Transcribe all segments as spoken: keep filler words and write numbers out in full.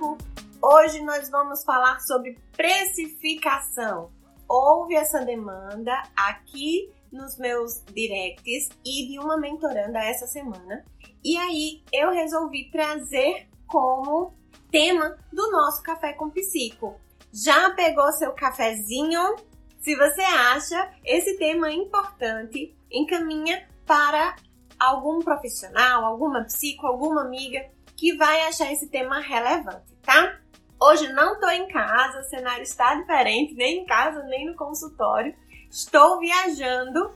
Psico. Hoje nós vamos falar sobre precificação. Houve essa demanda aqui nos meus directs e de uma mentoranda essa semana. E aí eu resolvi trazer como tema do nosso Café com Psico. Já pegou seu cafezinho? Se você acha esse tema importante, encaminha para algum profissional, alguma psico, alguma amiga que vai achar esse tema relevante, tá? Hoje não estou em casa, o cenário está diferente, nem em casa, nem no consultório. Estou viajando,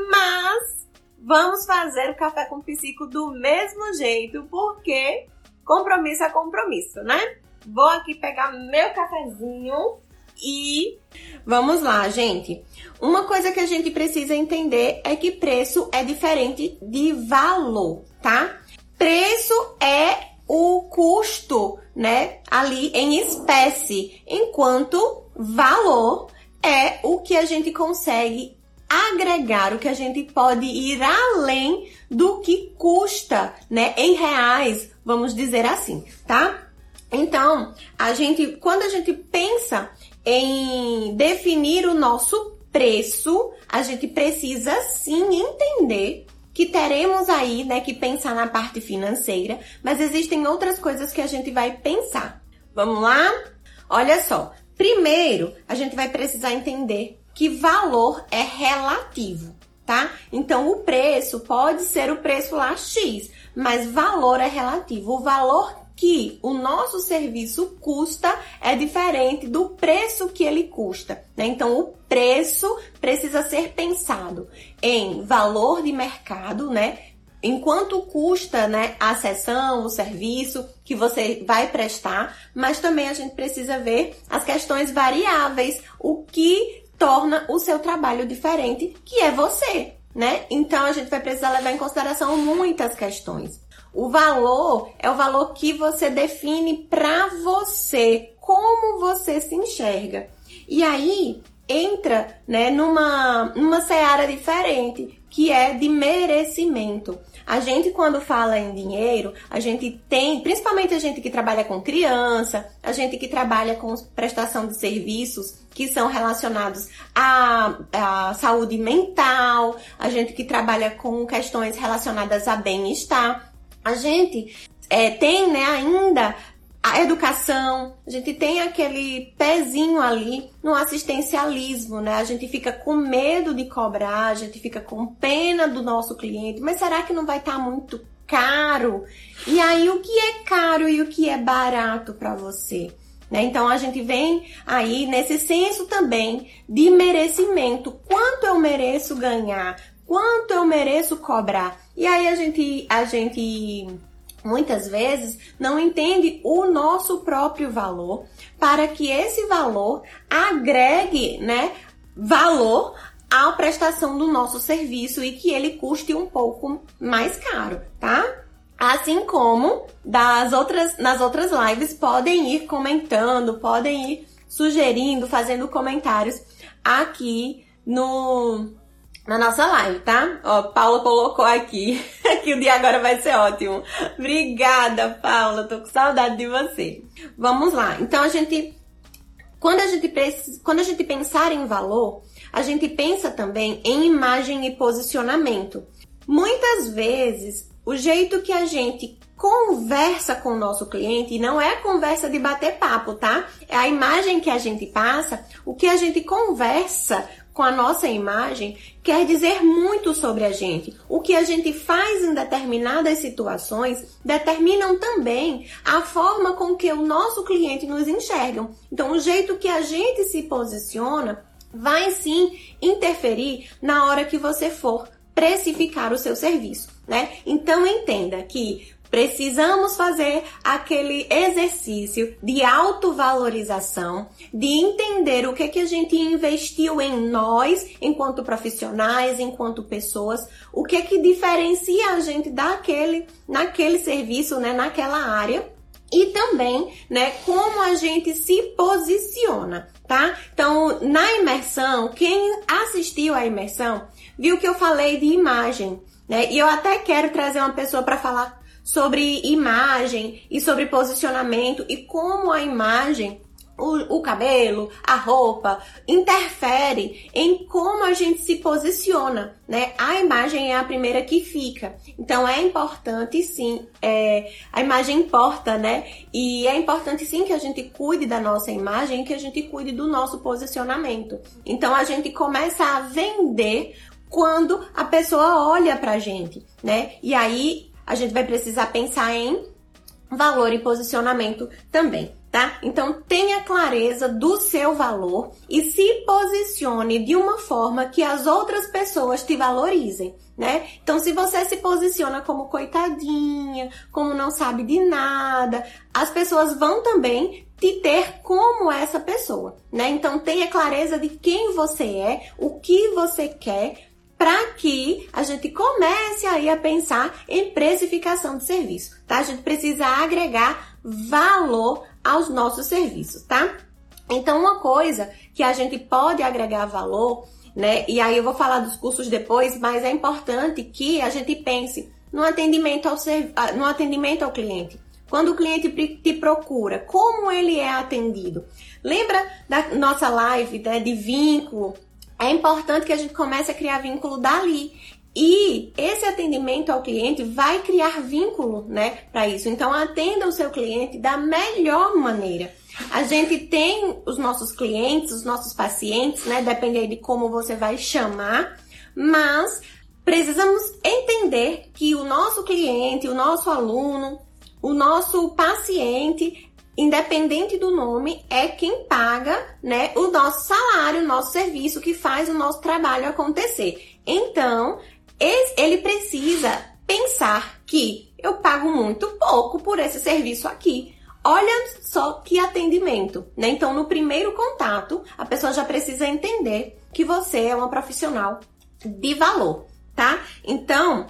mas vamos fazer o Café com Psico do mesmo jeito, porque compromisso é compromisso, né? Vou aqui pegar meu cafezinho e vamos lá, gente. Uma coisa que a gente precisa entender é que preço é diferente de valor, tá? Preço é o custo, né, ali em espécie, enquanto valor é o que a gente consegue agregar, o que a gente pode ir além do que custa, né, em reais, vamos dizer assim, tá? Então, a gente, quando a gente pensa em definir o nosso preço, a gente precisa sim entender que teremos aí, né, que pensar na parte financeira, mas existem outras coisas que a gente vai pensar. Vamos lá? Olha só. Primeiro, a gente vai precisar entender que valor é relativo, tá? Então, o preço pode ser o preço lá X, mas valor é relativo. O valor que o nosso serviço custa é diferente do preço que ele custa, né? Então, o preço precisa ser pensado em valor de mercado, né? Enquanto custa, né, a sessão, o serviço que você vai prestar, mas também a gente precisa ver as questões variáveis, o que torna o seu trabalho diferente, que é você, né? Então, a gente vai precisar levar em consideração muitas questões. O valor é o valor que você define para você, como você se enxerga. E aí entra, né, numa, numa seara diferente, que é de merecimento. A gente, quando fala em dinheiro, a gente tem, principalmente a gente que trabalha com criança, a gente que trabalha com prestação de serviços que são relacionados à, à saúde mental, a gente que trabalha com questões relacionadas a bem-estar. A gente é, tem, né, ainda a educação, a gente tem aquele pezinho ali no assistencialismo, né? A gente fica com medo de cobrar, a gente fica com pena do nosso cliente, mas será que não vai estar muito caro? E aí, o que é caro e o que é barato para você? Né? Então, a gente vem aí nesse senso também de merecimento. Quanto eu mereço ganhar? Quanto eu mereço cobrar? E aí a gente, a gente muitas vezes não entende o nosso próprio valor para que esse valor agregue, né, valor à prestação do nosso serviço e que ele custe um pouco mais caro, tá? Assim como das outras, nas outras lives podem ir comentando, podem ir sugerindo, fazendo comentários aqui no... na nossa live, tá? Ó, Paula colocou aqui que o dia agora vai ser ótimo. Obrigada, Paula. Tô com saudade de você. Vamos lá. Então, a gente... Quando a gente, quando a gente pensar em valor, a gente pensa também em imagem e posicionamento. Muitas vezes, o jeito que a gente conversa com o nosso cliente, e não é conversa de bater papo, tá? É a imagem que a gente passa, o que a gente conversa com a nossa imagem quer dizer muito sobre a gente. O que a gente faz em determinadas situações determinam também a forma com que o nosso cliente nos enxerga. Então, o jeito que a gente se posiciona vai sim interferir na hora que você for precificar o seu serviço, né? Então, entenda que precisamos fazer aquele exercício de autovalorização, de entender o que, que a gente investiu em nós, enquanto profissionais, enquanto pessoas, o que que diferencia a gente daquele, naquele serviço, né, naquela área, e também, né, como a gente se posiciona, tá? Então, na imersão, quem assistiu à imersão viu que eu falei de imagem, né? E eu até quero trazer uma pessoa para falar sobre imagem e sobre posicionamento e como a imagem, o, o cabelo, a roupa, interfere em como a gente se posiciona, né? A imagem é a primeira que fica. Então, é importante, sim, é, a imagem importa, né? E é importante, sim, que a gente cuide da nossa imagem e que a gente cuide do nosso posicionamento. Então, a gente começa a vender quando a pessoa olha pra gente, né? E aí, a gente vai precisar pensar em valor e posicionamento também, tá? Então, tenha clareza do seu valor e se posicione de uma forma que as outras pessoas te valorizem, né? Então, se você se posiciona como coitadinha, como não sabe de nada, as pessoas vão também te ter como essa pessoa, né? Então, tenha clareza de quem você é, o que você quer, para que a gente comece aí a pensar em precificação de serviço, tá? A gente precisa agregar valor aos nossos serviços, tá? Então, uma coisa que a gente pode agregar valor, né? E aí eu vou falar dos cursos depois, mas é importante que a gente pense no atendimento ao, serv... no atendimento ao cliente. Quando o cliente te procura, como ele é atendido? Lembra da nossa live, né, de vínculo? É importante que a gente comece a criar vínculo dali. E esse atendimento ao cliente vai criar vínculo, né, para isso. Então, atenda o seu cliente da melhor maneira. A gente tem os nossos clientes, os nossos pacientes, né, depende de como você vai chamar, mas precisamos entender que o nosso cliente, o nosso aluno, o nosso paciente, independente do nome, é quem paga, né, o nosso salário, o nosso serviço, que faz o nosso trabalho acontecer. Então, ele precisa pensar que eu pago muito pouco por esse serviço aqui. Olha só que atendimento, né? Então, no primeiro contato, a pessoa já precisa entender que você é uma profissional de valor, tá? Então,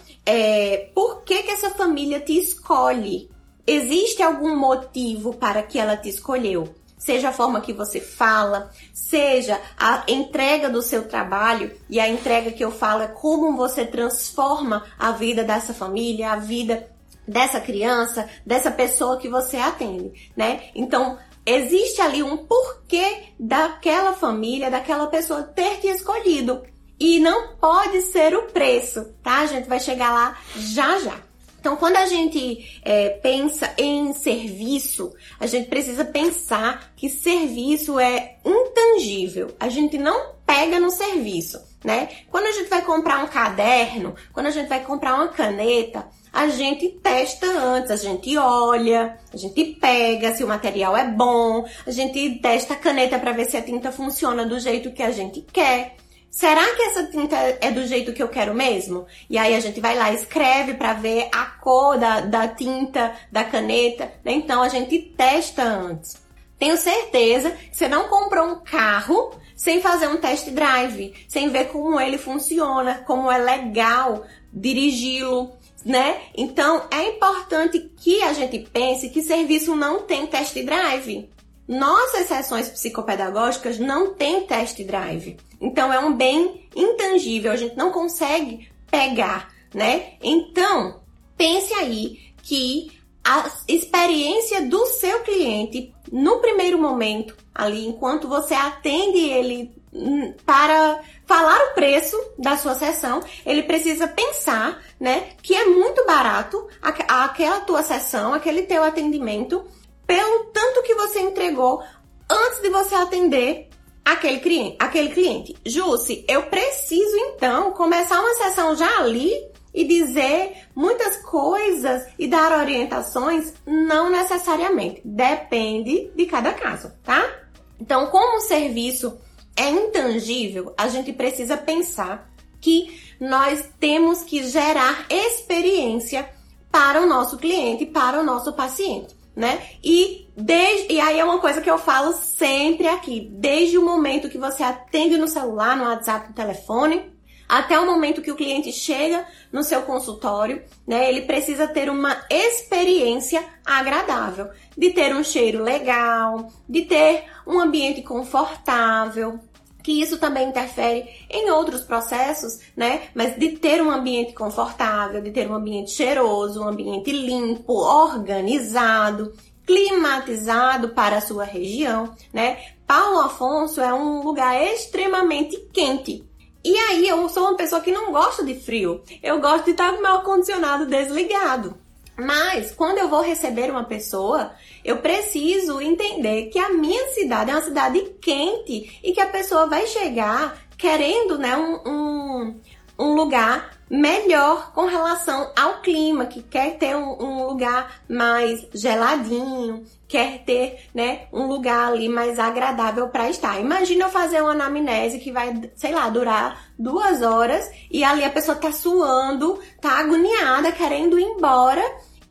é, por que que essa família te escolhe? Existe algum motivo para que ela te escolheu? Seja a forma que você fala, seja a entrega do seu trabalho, e a entrega que eu falo é como você transforma a vida dessa família, a vida dessa criança, dessa pessoa que você atende, né? Então, existe ali um porquê daquela família, daquela pessoa ter te escolhido. E não pode ser o preço, tá? A gente vai chegar lá já já. Então, quando a gente é, pensa em serviço, a gente precisa pensar que serviço é intangível. A gente não pega no serviço, né? Quando a gente vai comprar um caderno, quando a gente vai comprar uma caneta, a gente testa antes, a gente olha, a gente pega se o material é bom, a gente testa a caneta para ver se a tinta funciona do jeito que a gente quer. Será que essa tinta é do jeito que eu quero mesmo? E aí a gente vai lá e escreve para ver a cor da, da tinta, da caneta, né? Então a gente testa antes. Tenho certeza que você não comprou um carro sem fazer um test drive, sem ver como ele funciona, como é legal dirigi-lo, né? Então é importante que a gente pense que serviço não tem test drive. Nossas sessões psicopedagógicas não tem test drive. Então, é um bem intangível, a gente não consegue pegar, né? Então, pense aí que a experiência do seu cliente, no primeiro momento, ali, enquanto você atende ele para falar o preço da sua sessão, ele precisa pensar, né, que é muito barato aquela tua sessão, aquele teu atendimento, pelo tanto que você entregou antes de você atender aquele cliente. Aquele cliente. Jussi, eu preciso então começar uma sessão já ali e dizer muitas coisas e dar orientações? Não necessariamente. Depende de cada caso, tá? Então, como o serviço é intangível, a gente precisa pensar que nós temos que gerar experiência para o nosso cliente, para o nosso paciente. Né? E, desde, e aí é uma coisa que eu falo sempre aqui, desde o momento que você atende no celular, no WhatsApp, no telefone, até o momento que o cliente chega no seu consultório, né? Ele precisa ter uma experiência agradável, de ter um cheiro legal, de ter um ambiente confortável, que isso também interfere em outros processos, né? Mas de ter um ambiente confortável, de ter um ambiente cheiroso, um ambiente limpo, organizado, climatizado para a sua região, né? Paulo Afonso é um lugar extremamente quente. E aí eu sou uma pessoa que não gosta de frio. Eu gosto de estar com o meu ar-condicionado desligado. Mas quando eu vou receber uma pessoa, eu preciso entender que a minha cidade é uma cidade quente e que a pessoa vai chegar querendo, né, um, um, um lugar melhor com relação ao clima, que quer ter um, um lugar mais geladinho, quer ter, né, um lugar ali mais agradável para estar. Imagina eu fazer uma anamnese que vai, sei lá, durar duas horas e ali a pessoa tá suando, tá agoniada, querendo ir embora.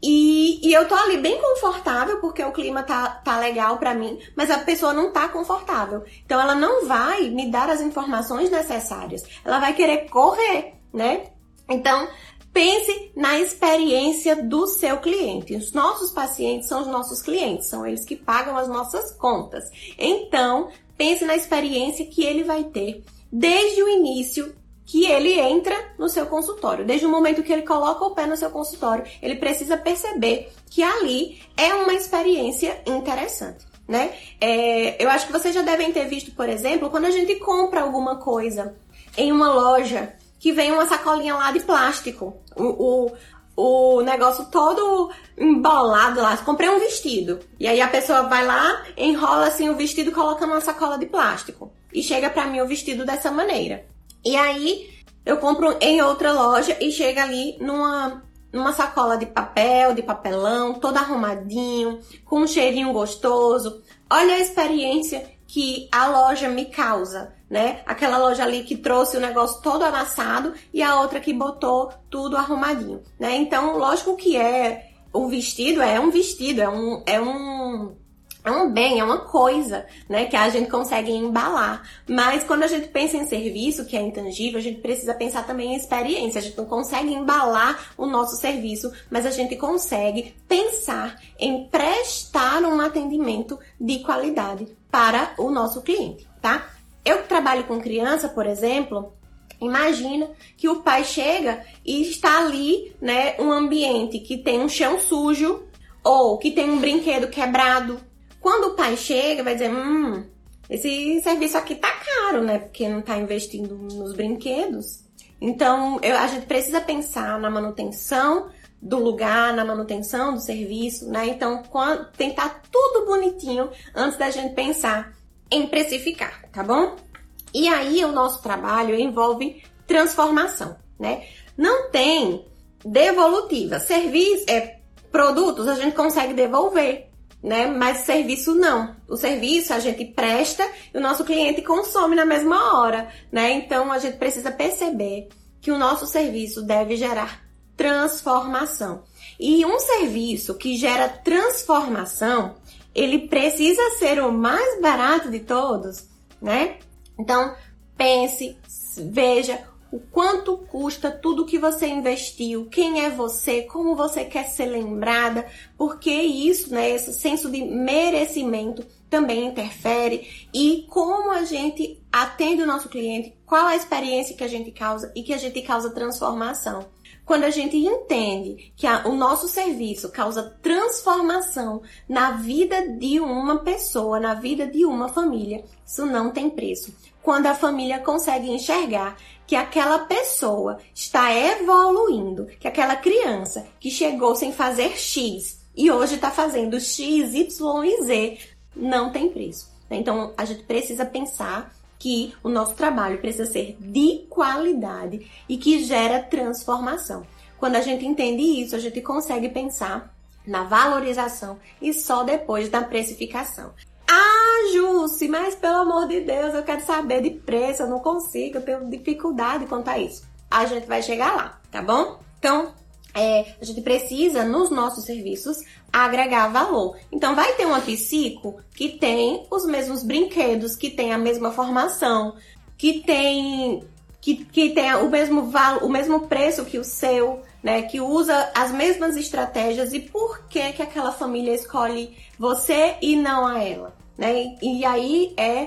E, e eu tô ali bem confortável, porque o clima tá, tá legal pra mim, mas a pessoa não tá confortável. Então ela não vai me dar as informações necessárias. Ela vai querer correr, né? Então, pense na experiência do seu cliente. Os nossos pacientes são os nossos clientes, são eles que pagam as nossas contas. Então, pense na experiência que ele vai ter desde o início que ele entra no seu consultório. Desde o momento que ele coloca o pé no seu consultório, ele precisa perceber que ali é uma experiência interessante, né? É, eu acho que vocês já devem ter visto, por exemplo, quando a gente compra alguma coisa em uma loja que vem uma sacolinha lá de plástico, o, o, o negócio todo embolado lá. Comprei um vestido, e aí a pessoa vai lá, enrola assim o vestido, coloca numa sacola de plástico, e chega pra mim o vestido dessa maneira. E aí, eu compro em outra loja e chega ali numa, numa sacola de papel, de papelão, todo arrumadinho, com um cheirinho gostoso. Olha a experiência que a loja me causa, né? Aquela loja ali que trouxe o negócio todo amassado e a outra que botou tudo arrumadinho, né? Então, lógico que é, o vestido é um vestido, é um... É um É um bem, é uma coisa, né, que a gente consegue embalar. Mas quando a gente pensa em serviço, que é intangível, a gente precisa pensar também em experiência. A gente não consegue embalar o nosso serviço, mas a gente consegue pensar em prestar um atendimento de qualidade para o nosso cliente, tá? Eu que trabalho com criança, por exemplo, imagina que o pai chega e está ali, né, um ambiente que tem um chão sujo ou que tem um brinquedo quebrado. Quando o pai chega, vai dizer, hum, esse serviço aqui tá caro, né? Porque não tá investindo nos brinquedos. Então, eu, a gente precisa pensar na manutenção do lugar, na manutenção do serviço, né? Então, quando, tem que estar tudo bonitinho antes da gente pensar em precificar, tá bom? E aí, o nosso trabalho envolve transformação, né? Não tem devolutiva. Serviço, é, produtos a gente consegue devolver, né? Mas serviço não. O serviço a gente presta e o nosso cliente consome na mesma hora, né? Então a gente precisa perceber que o nosso serviço deve gerar transformação. E um serviço que gera transformação, ele precisa ser o mais barato de todos, né? Então pense, veja o quanto custa tudo que você investiu, quem é você, como você quer ser lembrada, porque isso, né, esse senso de merecimento também interfere, e como a gente atende o nosso cliente, qual a experiência que a gente causa e que a gente causa transformação. Quando a gente entende que a, o nosso serviço causa transformação na vida de uma pessoa, na vida de uma família, isso não tem preço. Quando a família consegue enxergar que aquela pessoa está evoluindo, que aquela criança que chegou sem fazer X e hoje está fazendo X, Y e Z, não tem preço. Então, a gente precisa pensar que o nosso trabalho precisa ser de qualidade e que gera transformação. Quando a gente entende isso, a gente consegue pensar na valorização e só depois da precificação. Ah, Jussi, mas pelo amor de Deus, eu quero saber de preço, eu não consigo, eu tenho dificuldade quanto a isso. A gente vai chegar lá, tá bom? Então, é, a gente precisa, nos nossos serviços, agregar valor. Então, vai ter uma psico que tem os mesmos brinquedos, que tem a mesma formação, que tem, que, que tem o, mesmo val, o mesmo preço que o seu, né? Que usa as mesmas estratégias. E por que que aquela família escolhe você e não a ela? Né? E aí é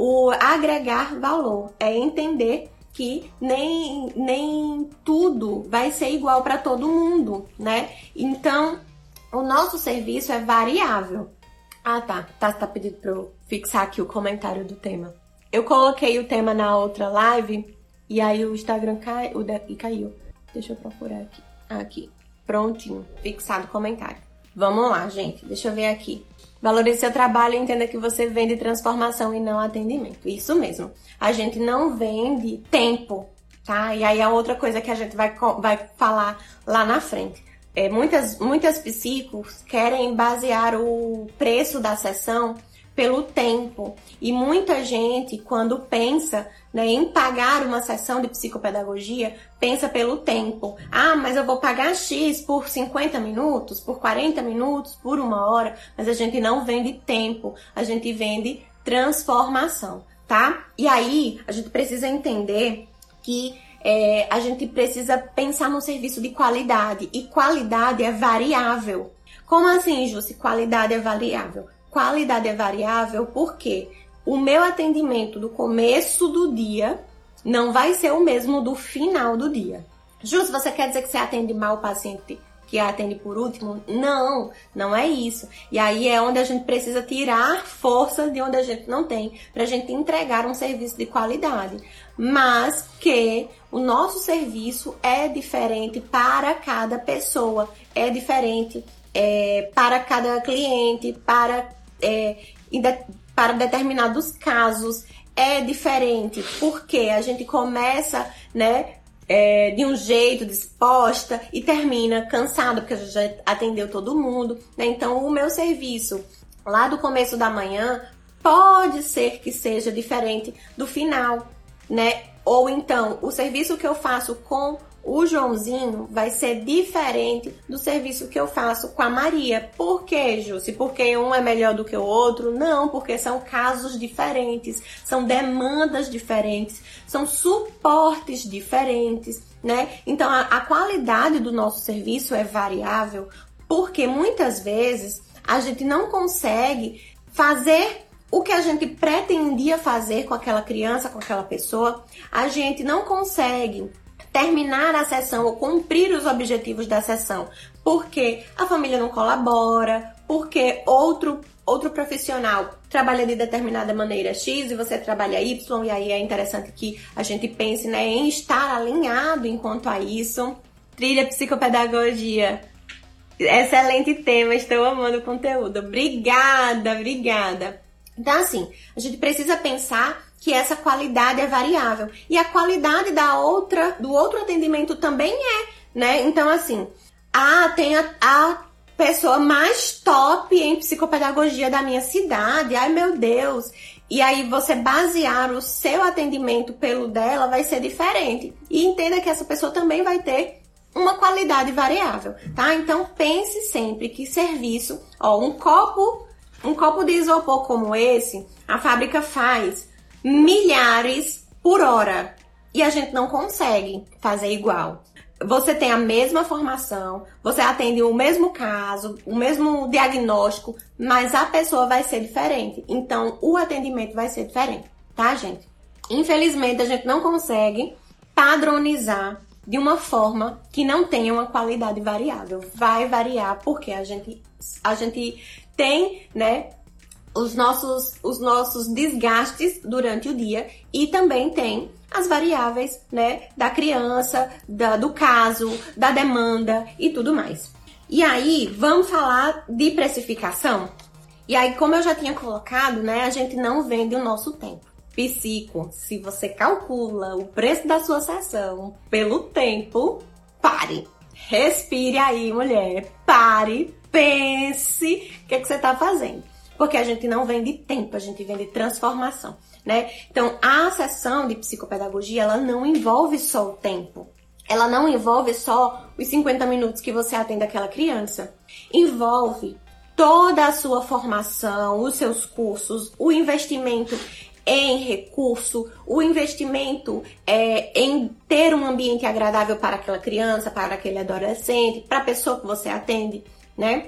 o agregar valor, é entender que nem, nem tudo vai ser igual para todo mundo, né? Então, o nosso serviço é variável. Ah, tá. Tá, tá pedindo para eu fixar aqui o comentário do tema. Eu coloquei o tema na outra live e aí o Instagram cai, o daqui caiu. Deixa eu procurar aqui. Aqui. Prontinho. Fixado o comentário. Vamos lá, gente. Deixa eu ver aqui. Valorize seu trabalho e entenda que você vende transformação e não atendimento. Isso mesmo. A gente não vende tempo, tá? E aí é outra coisa que a gente vai, vai falar lá na frente. É, muitas, muitas psicos querem basear o preço da sessão pelo tempo. E muita gente, quando pensa, né, em pagar uma sessão de psicopedagogia, pensa pelo tempo. Ah, mas eu vou pagar X por cinquenta minutos, por quarenta minutos, por uma hora. Mas a gente não vende tempo, a gente vende transformação, tá? E aí, a gente precisa entender que é, a gente precisa pensar num serviço de qualidade. E qualidade é variável. Como assim, Jussi? Qualidade é variável? Qualidade é variável porque o meu atendimento do começo do dia não vai ser o mesmo do final do dia. Jussi, você quer dizer que você atende mal o paciente que atende por último? Não, não é isso. E aí é onde a gente precisa tirar força de onde a gente não tem, pra gente entregar um serviço de qualidade. Mas que o nosso serviço é diferente para cada pessoa, é diferente é, para cada cliente, para, é, para determinados casos, é diferente, porque a gente começa, né, É, de um jeito, disposta, e termina cansado, porque a gente já atendeu todo mundo, né? Então, o meu serviço lá do começo da manhã pode ser que seja diferente do final, né? Ou então, o serviço que eu faço com o Joãozinho vai ser diferente do serviço que eu faço com a Maria. Por quê, Jussi? Porque um é melhor do que o outro? Não, porque são casos diferentes, são demandas diferentes, são suportes diferentes, né? Então, a, a qualidade do nosso serviço é variável, porque muitas vezes a gente não consegue fazer o que a gente pretendia fazer com aquela criança, com aquela pessoa. A gente não consegue terminar a sessão ou cumprir os objetivos da sessão, porque a família não colabora, porque outro, outro profissional trabalha de determinada maneira X e você trabalha Y, e aí é interessante que a gente pense, né, em estar alinhado enquanto a isso. Trilha Psicopedagogia. Excelente tema, estou amando o conteúdo. Obrigada, obrigada. Então, assim, a gente precisa pensar que essa qualidade é variável. E a qualidade da outra, do outro atendimento também é, né? Então, assim, ah, tem a, a pessoa mais top em psicopedagogia da minha cidade. Ai, meu Deus! E aí, você basear o seu atendimento pelo dela vai ser diferente. E entenda que essa pessoa também vai ter uma qualidade variável, tá? Então, pense sempre que serviço, ó, um copo, um copo de isopor como esse, a fábrica faz milhares por hora e a gente não consegue fazer igual. Você tem a mesma formação, você atende o mesmo caso, o mesmo diagnóstico, mas a pessoa vai ser diferente. Então, o atendimento vai ser diferente, tá, gente? Infelizmente, a gente não consegue padronizar de uma forma que não tenha uma qualidade variável. Vai variar porque a gente, a gente tem, né, os nossos, os nossos desgastes durante o dia e também tem as variáveis, né, da criança, da, do caso, da demanda e tudo mais. E aí, vamos falar de precificação? E aí, como eu já tinha colocado, né, a gente não vende o nosso tempo. Psico, se você calcula o preço da sua sessão pelo tempo, pare. Respire aí, mulher. Pare, pense o que, é que você está fazendo. Porque a gente não vende tempo, a gente vende transformação, né? Então, a sessão de psicopedagogia, ela não envolve só o tempo. Ela não envolve só os cinquenta minutos que você atende aquela criança. Envolve toda a sua formação, os seus cursos, o investimento em recurso, o investimento é, em ter um ambiente agradável para aquela criança, para aquele adolescente, para a pessoa que você atende, né?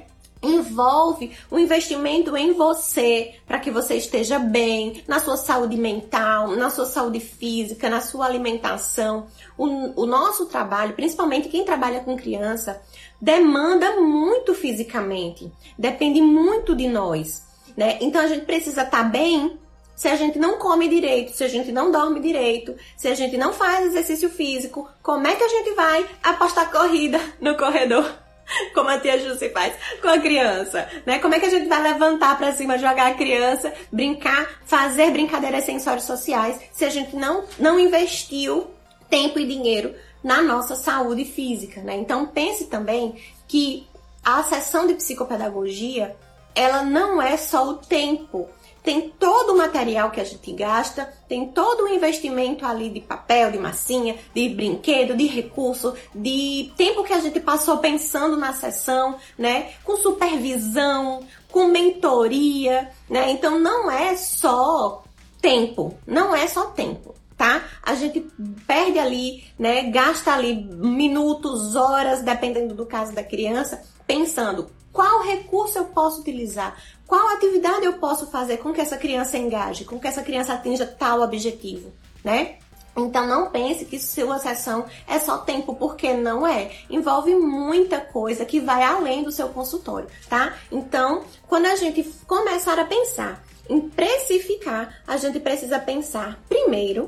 envolve o investimento em você, para que você esteja bem, na sua saúde mental, na sua saúde física, na sua alimentação. O, o nosso trabalho, principalmente quem trabalha com criança, demanda muito fisicamente, depende muito de nós, né? Então a gente precisa estar bem. Se a gente não come direito, se a gente não dorme direito, se a gente não faz exercício físico, como é que a gente vai apostar corrida no corredor? Como a tia Jussi faz com a criança, né? Como é que a gente vai levantar pra cima, jogar a criança, brincar, fazer brincadeiras sensório-sociais, se a gente não, não investiu tempo e dinheiro na nossa saúde física, né? Então pense também que a sessão de psicopedagogia, ela não é só o tempo. Tem todo o material que a gente gasta, tem todo o investimento ali de papel, de massinha, de brinquedo, de recurso, de tempo que a gente passou pensando na sessão, né? Com supervisão, com mentoria, né? Então não é só tempo, não é só tempo, tá? A gente perde ali, né? Gasta ali minutos, horas, dependendo do caso da criança, pensando qual recurso eu posso utilizar, qual atividade eu posso fazer com que essa criança engaje, com que essa criança atinja tal objetivo, né? Então não pense que sua sessão é só tempo, porque não é. Envolve muita coisa que vai além do seu consultório, tá? Então, quando a gente começar a pensar em precificar, a gente precisa pensar primeiro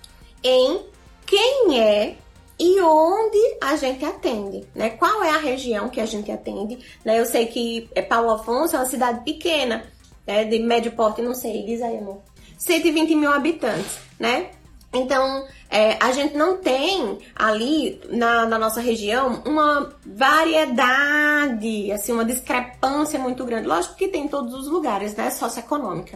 em quem é e onde a gente atende, né? Qual é a região que a gente atende, né? Eu sei que Paulo Afonso é uma cidade pequena, né? De médio porte, não sei, diz aí, amor. cento e vinte mil habitantes, né? Então, é, a gente não tem ali na, na nossa região uma variedade, assim, uma discrepância muito grande. Lógico que tem em todos os lugares, né? Socioeconômica.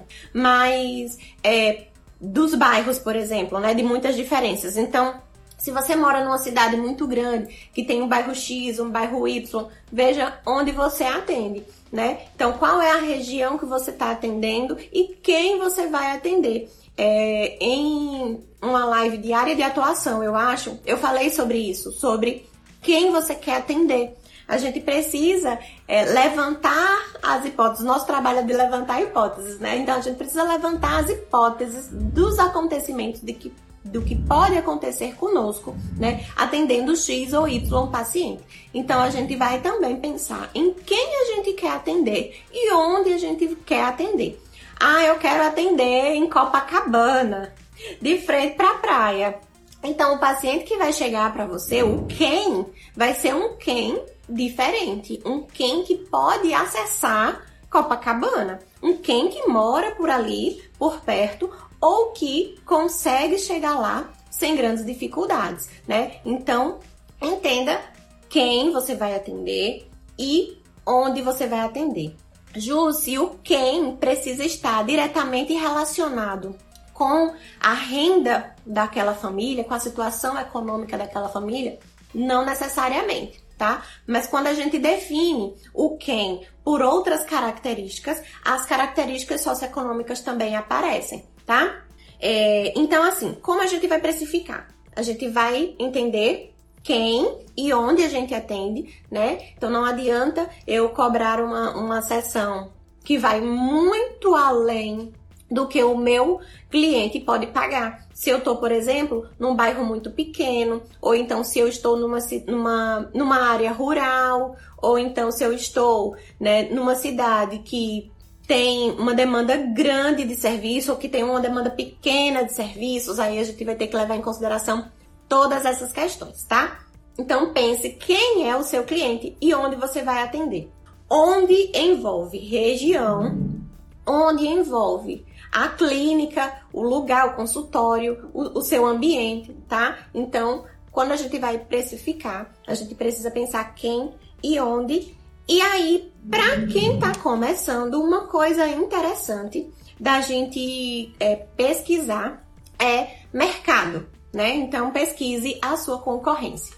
Mas, é, dos bairros, por exemplo, né? De muitas diferenças. Então, se você mora numa cidade muito grande, que tem um bairro X, um bairro Y, veja onde você atende, né? Então, qual é a região que você está atendendo e quem você vai atender? É, em uma live de área de atuação, eu acho, eu falei sobre isso, sobre quem você quer atender. A gente precisa é, levantar as hipóteses. Nosso trabalho é de levantar hipóteses, né? Então, a gente precisa levantar as hipóteses dos acontecimentos de que do que pode acontecer conosco, né, atendendo X ou Y paciente. Então, a gente vai também pensar em quem a gente quer atender e onde a gente quer atender. Ah, eu quero atender em Copacabana, de frente para a praia. Então, o paciente que vai chegar para você, o quem, vai ser um quem diferente, um quem que pode acessar Copacabana, um quem que mora por ali, por perto, ou que consegue chegar lá sem grandes dificuldades, né? Então, entenda quem você vai atender e onde você vai atender. Jussi, o quem precisa estar diretamente relacionado com a renda daquela família, com a situação econômica daquela família? Não necessariamente, tá? Mas quando a gente define o quem por outras características, as características socioeconômicas também aparecem, tá? É, então, assim, como a gente vai precificar? A gente vai entender quem e onde a gente atende, né? Então, não adianta eu cobrar uma, uma sessão que vai muito além do que o meu cliente pode pagar. Se eu estou, por exemplo, num bairro muito pequeno, ou então se eu estou numa, numa, numa área rural, ou então se eu estou, né, numa cidade que tem uma demanda grande de serviço ou que tem uma demanda pequena de serviços, aí a gente vai ter que levar em consideração todas essas questões, tá? Então pense quem é o seu cliente e onde você vai atender. Onde envolve região, onde envolve a clínica, o lugar, o consultório, o, o seu ambiente, tá? Então, quando a gente vai precificar, a gente precisa pensar quem e onde. E aí, para quem tá começando, uma coisa interessante da gente é, pesquisar é mercado, né? Então, pesquise a sua concorrência.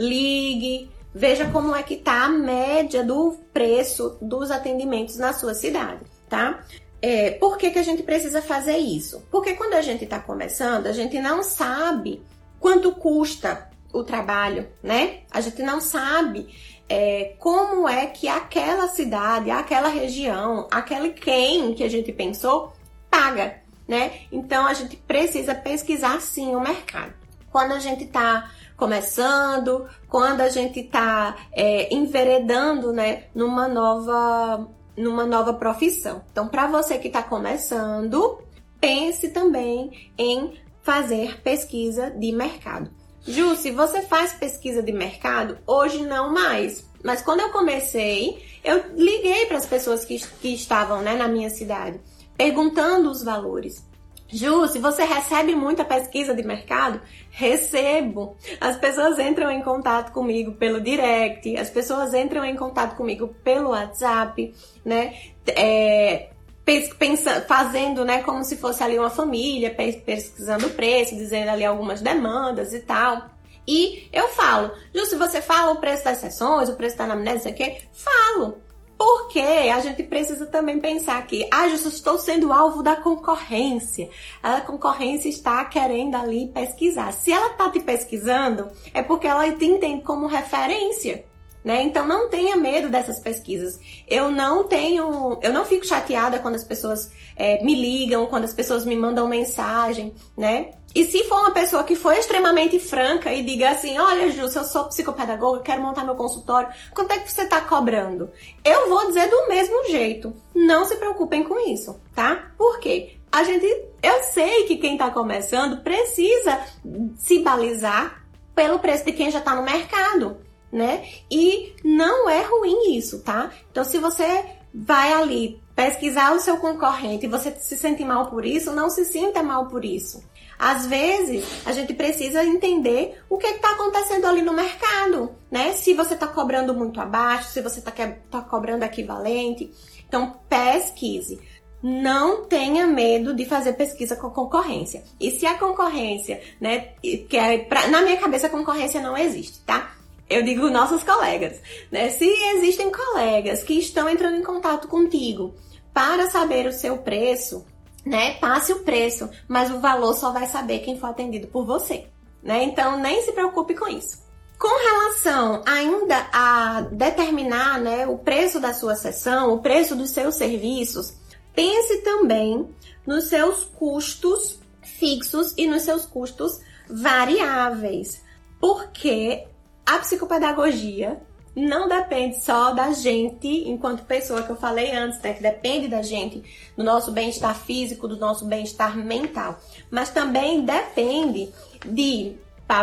Ligue, veja como é que tá a média do preço dos atendimentos na sua cidade, tá? É, por que que a gente precisa fazer isso? Porque quando a gente tá começando, a gente não sabe quanto custa o trabalho, né? A gente não sabe é, como é que aquela cidade, aquela região, aquele quem que a gente pensou, paga, né? Então, a gente precisa pesquisar, sim, o mercado. Quando a gente está começando, quando a gente está é, enveredando, né, numa nova, numa nova profissão. Então, para você que está começando, pense também em fazer pesquisa de mercado. Ju, se você faz pesquisa de mercado, hoje não mais. Mas quando eu comecei, eu liguei para as pessoas que, que estavam, né, na minha cidade, perguntando os valores. Ju, se você recebe muita pesquisa de mercado, recebo. As pessoas entram em contato comigo pelo direct, as pessoas entram em contato comigo pelo WhatsApp, né? É, pensa, fazendo, né, como se fosse ali uma família, pesquisando o preço, dizendo ali algumas demandas e tal. E eu falo, Ju, se você fala o preço das sessões, o preço da anamnese, não sei o quê, falo. Porque a gente precisa também pensar que, ah, eu estou sendo alvo da concorrência. A concorrência está querendo ali pesquisar. Se ela está te pesquisando, é porque ela te entende como referência, né? Então não tenha medo dessas pesquisas. Eu não tenho, eu não fico chateada quando as pessoas é, me ligam, quando as pessoas me mandam mensagem, né? E se for uma pessoa que foi extremamente franca e diga assim, olha, Ju, se eu sou psicopedagoga, quero montar meu consultório, quanto é que você está cobrando? Eu vou dizer do mesmo jeito. Não se preocupem com isso, tá? Por quê? A gente, eu sei que quem está começando precisa se balizar pelo preço de quem já está no mercado, né? E não é ruim isso, tá? Então, se você vai ali pesquisar o seu concorrente e você se sente mal por isso, não se sinta mal por isso. Às vezes, a gente precisa entender o que está acontecendo ali no mercado, né? Se você está cobrando muito abaixo, se você está tá cobrando equivalente. Então, pesquise. Não tenha medo de fazer pesquisa com concorrência. E se a concorrência, né? Que é pra, na minha cabeça, a concorrência não existe, tá? Eu digo nossos colegas, né? Se existem colegas que estão entrando em contato contigo para saber o seu preço, né? Passe o preço, mas o valor só vai saber quem for atendido por você, né? Então, nem se preocupe com isso. Com relação ainda a determinar, né, o preço da sua sessão, o preço dos seus serviços, pense também nos seus custos fixos e nos seus custos variáveis, porque a psicopedagogia não depende só da gente, enquanto pessoa, que eu falei antes, né? Que depende da gente, do nosso bem-estar físico, do nosso bem-estar mental. Mas também depende de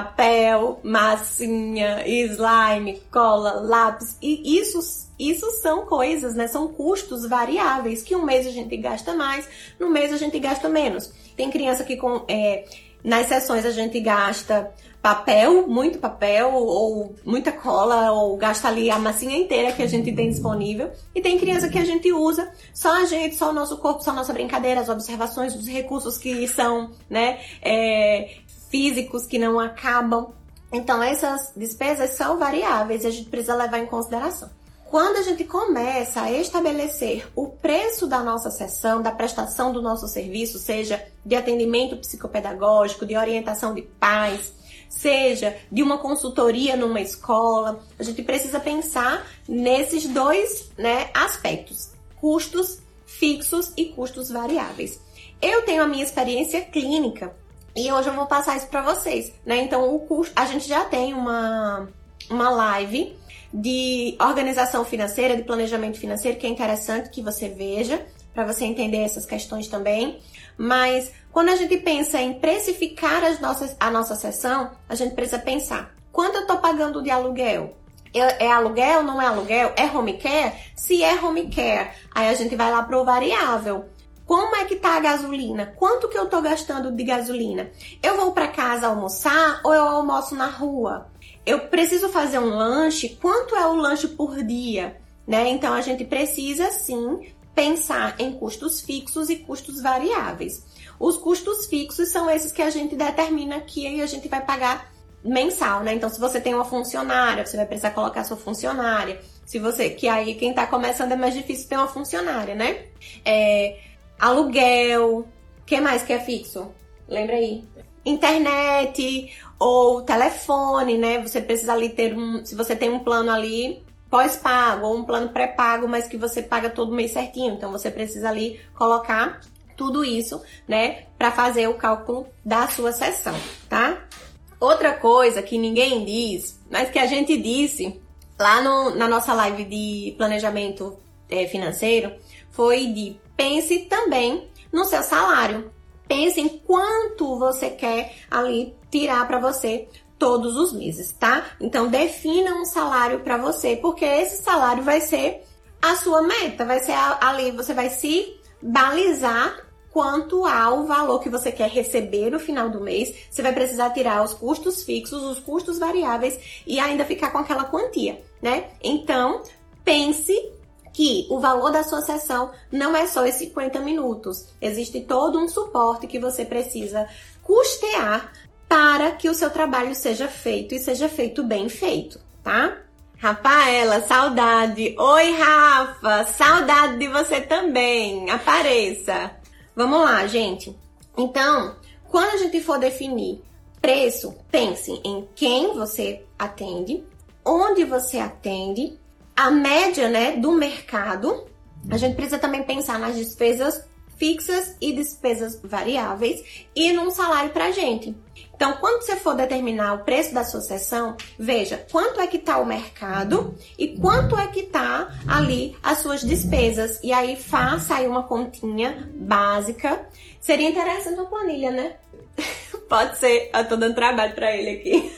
papel, massinha, slime, cola, lápis. E isso, isso são coisas, né? São custos variáveis, que um mês a gente gasta mais, no mês a gente gasta menos. Tem criança que com... É, nas sessões a gente gasta papel, muito papel, ou muita cola, ou gasta ali a massinha inteira que a gente tem disponível. E tem criança que a gente usa só a gente, só o nosso corpo, só a nossa brincadeira, as observações, os recursos que são, né, é, físicos, que não acabam. Então, essas despesas são variáveis e a gente precisa levar em consideração. Quando a gente começa a estabelecer o preço da nossa sessão, da prestação do nosso serviço, seja de atendimento psicopedagógico, de orientação de pais, seja de uma consultoria numa escola, a gente precisa pensar nesses dois, né, aspectos, custos fixos e custos variáveis. Eu tenho a minha experiência clínica e hoje eu vou passar isso para vocês, né? Então, o custo, a gente já tem uma, uma live de organização financeira, de planejamento financeiro, que é interessante que você veja, para você entender essas questões também. Mas quando a gente pensa em precificar as nossas, a nossa sessão, a gente precisa pensar, quanto eu estou pagando de aluguel? É, é aluguel, não é aluguel? É home care? Se é home care, aí a gente vai lá para o variável. Como é que tá a gasolina? Quanto que eu estou gastando de gasolina? Eu vou para casa almoçar ou eu almoço na rua? Eu preciso fazer um lanche, quanto é o lanche por dia? Né? Então, a gente precisa, sim, pensar em custos fixos e custos variáveis. Os custos fixos são esses que a gente determina que a gente vai pagar mensal, né? Então, se você tem uma funcionária, você vai precisar colocar a sua funcionária. Se você, que aí quem tá começando é mais difícil ter uma funcionária, né? É, aluguel, o que mais que é fixo? Lembra aí? Internet ou telefone, né? Você precisa ali ter um... Se você tem um plano ali pós-pago ou um plano pré-pago, mas que você paga todo mês certinho. Então você precisa ali colocar tudo isso, né, para fazer o cálculo da sua sessão, tá? Outra coisa que ninguém diz, mas que a gente disse lá no, na nossa live de planejamento é, financeiro, foi de pense também no seu salário. Pense em quanto você quer ali tirar para você todos os meses, tá? Então defina um salário para você, porque esse salário vai ser a sua meta, vai ser ali, você vai se balizar quanto ao valor que você quer receber no final do mês. Você vai precisar tirar os custos fixos, os custos variáveis e ainda ficar com aquela quantia, né? Então, pense que o valor da sua sessão não é só esses cinquenta minutos. Existe todo um suporte que você precisa custear para que o seu trabalho seja feito e seja feito bem feito, tá? Rafaela, saudade! Oi, Rafa! Saudade de você também! Apareça! Vamos lá, gente. Então, quando a gente for definir preço, pense em quem você atende, onde você atende, a média, né, do mercado. A gente precisa também pensar nas despesas fixas e despesas variáveis e num salário pra gente. Então, quando você for determinar o preço da sua sessão, veja quanto é que tá o mercado e quanto é que tá ali as suas despesas. E aí, faça aí uma continha básica. Seria interessante uma planilha, né? Pode ser. Eu tô dando trabalho pra ele aqui.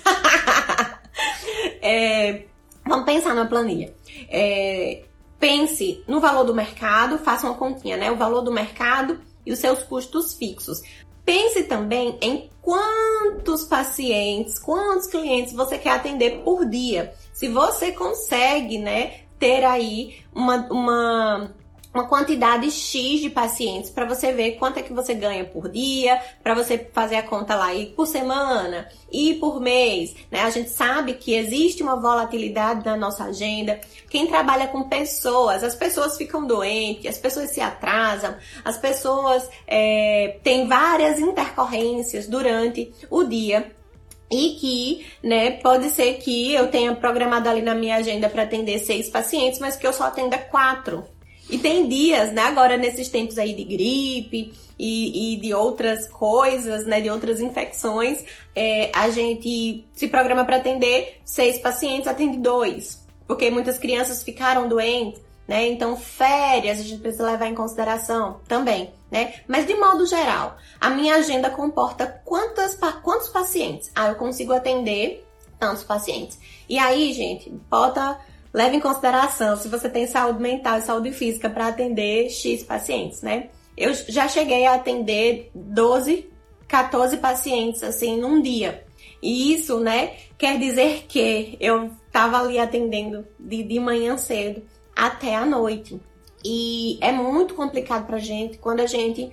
é, vamos pensar numa planilha. É, pense no valor do mercado, faça uma continha, né? O valor do mercado e os seus custos fixos. Pense também em quantos pacientes, quantos clientes você quer atender por dia. Se você consegue, né, ter aí uma, uma, uma quantidade X de pacientes para você ver quanto é que você ganha por dia, para você fazer a conta lá e por semana e por mês, né? A gente sabe que existe uma volatilidade na nossa agenda. Quem trabalha com pessoas, as pessoas ficam doentes, as pessoas se atrasam, as pessoas é, têm várias intercorrências durante o dia. E que, né, pode ser que eu tenha programado ali na minha agenda para atender seis pacientes, mas que eu só atenda quatro. E tem dias, né, agora nesses tempos aí de gripe e, e de outras coisas, né, de outras infecções, é, a gente se programa para atender seis pacientes, atende dois. Porque muitas crianças ficaram doentes, né? Então, férias a gente precisa levar em consideração também, né? Mas, de modo geral, a minha agenda comporta quantas, quantos pacientes? Ah, eu consigo atender tantos pacientes. E aí, gente, bota, leva em consideração se você tem saúde mental e saúde física para atender X pacientes, né? Eu já cheguei a atender doze, quatorze pacientes, assim, num dia. E isso, né, quer dizer que eu tava ali atendendo de, de manhã cedo até a noite. E é muito complicado pra gente quando a gente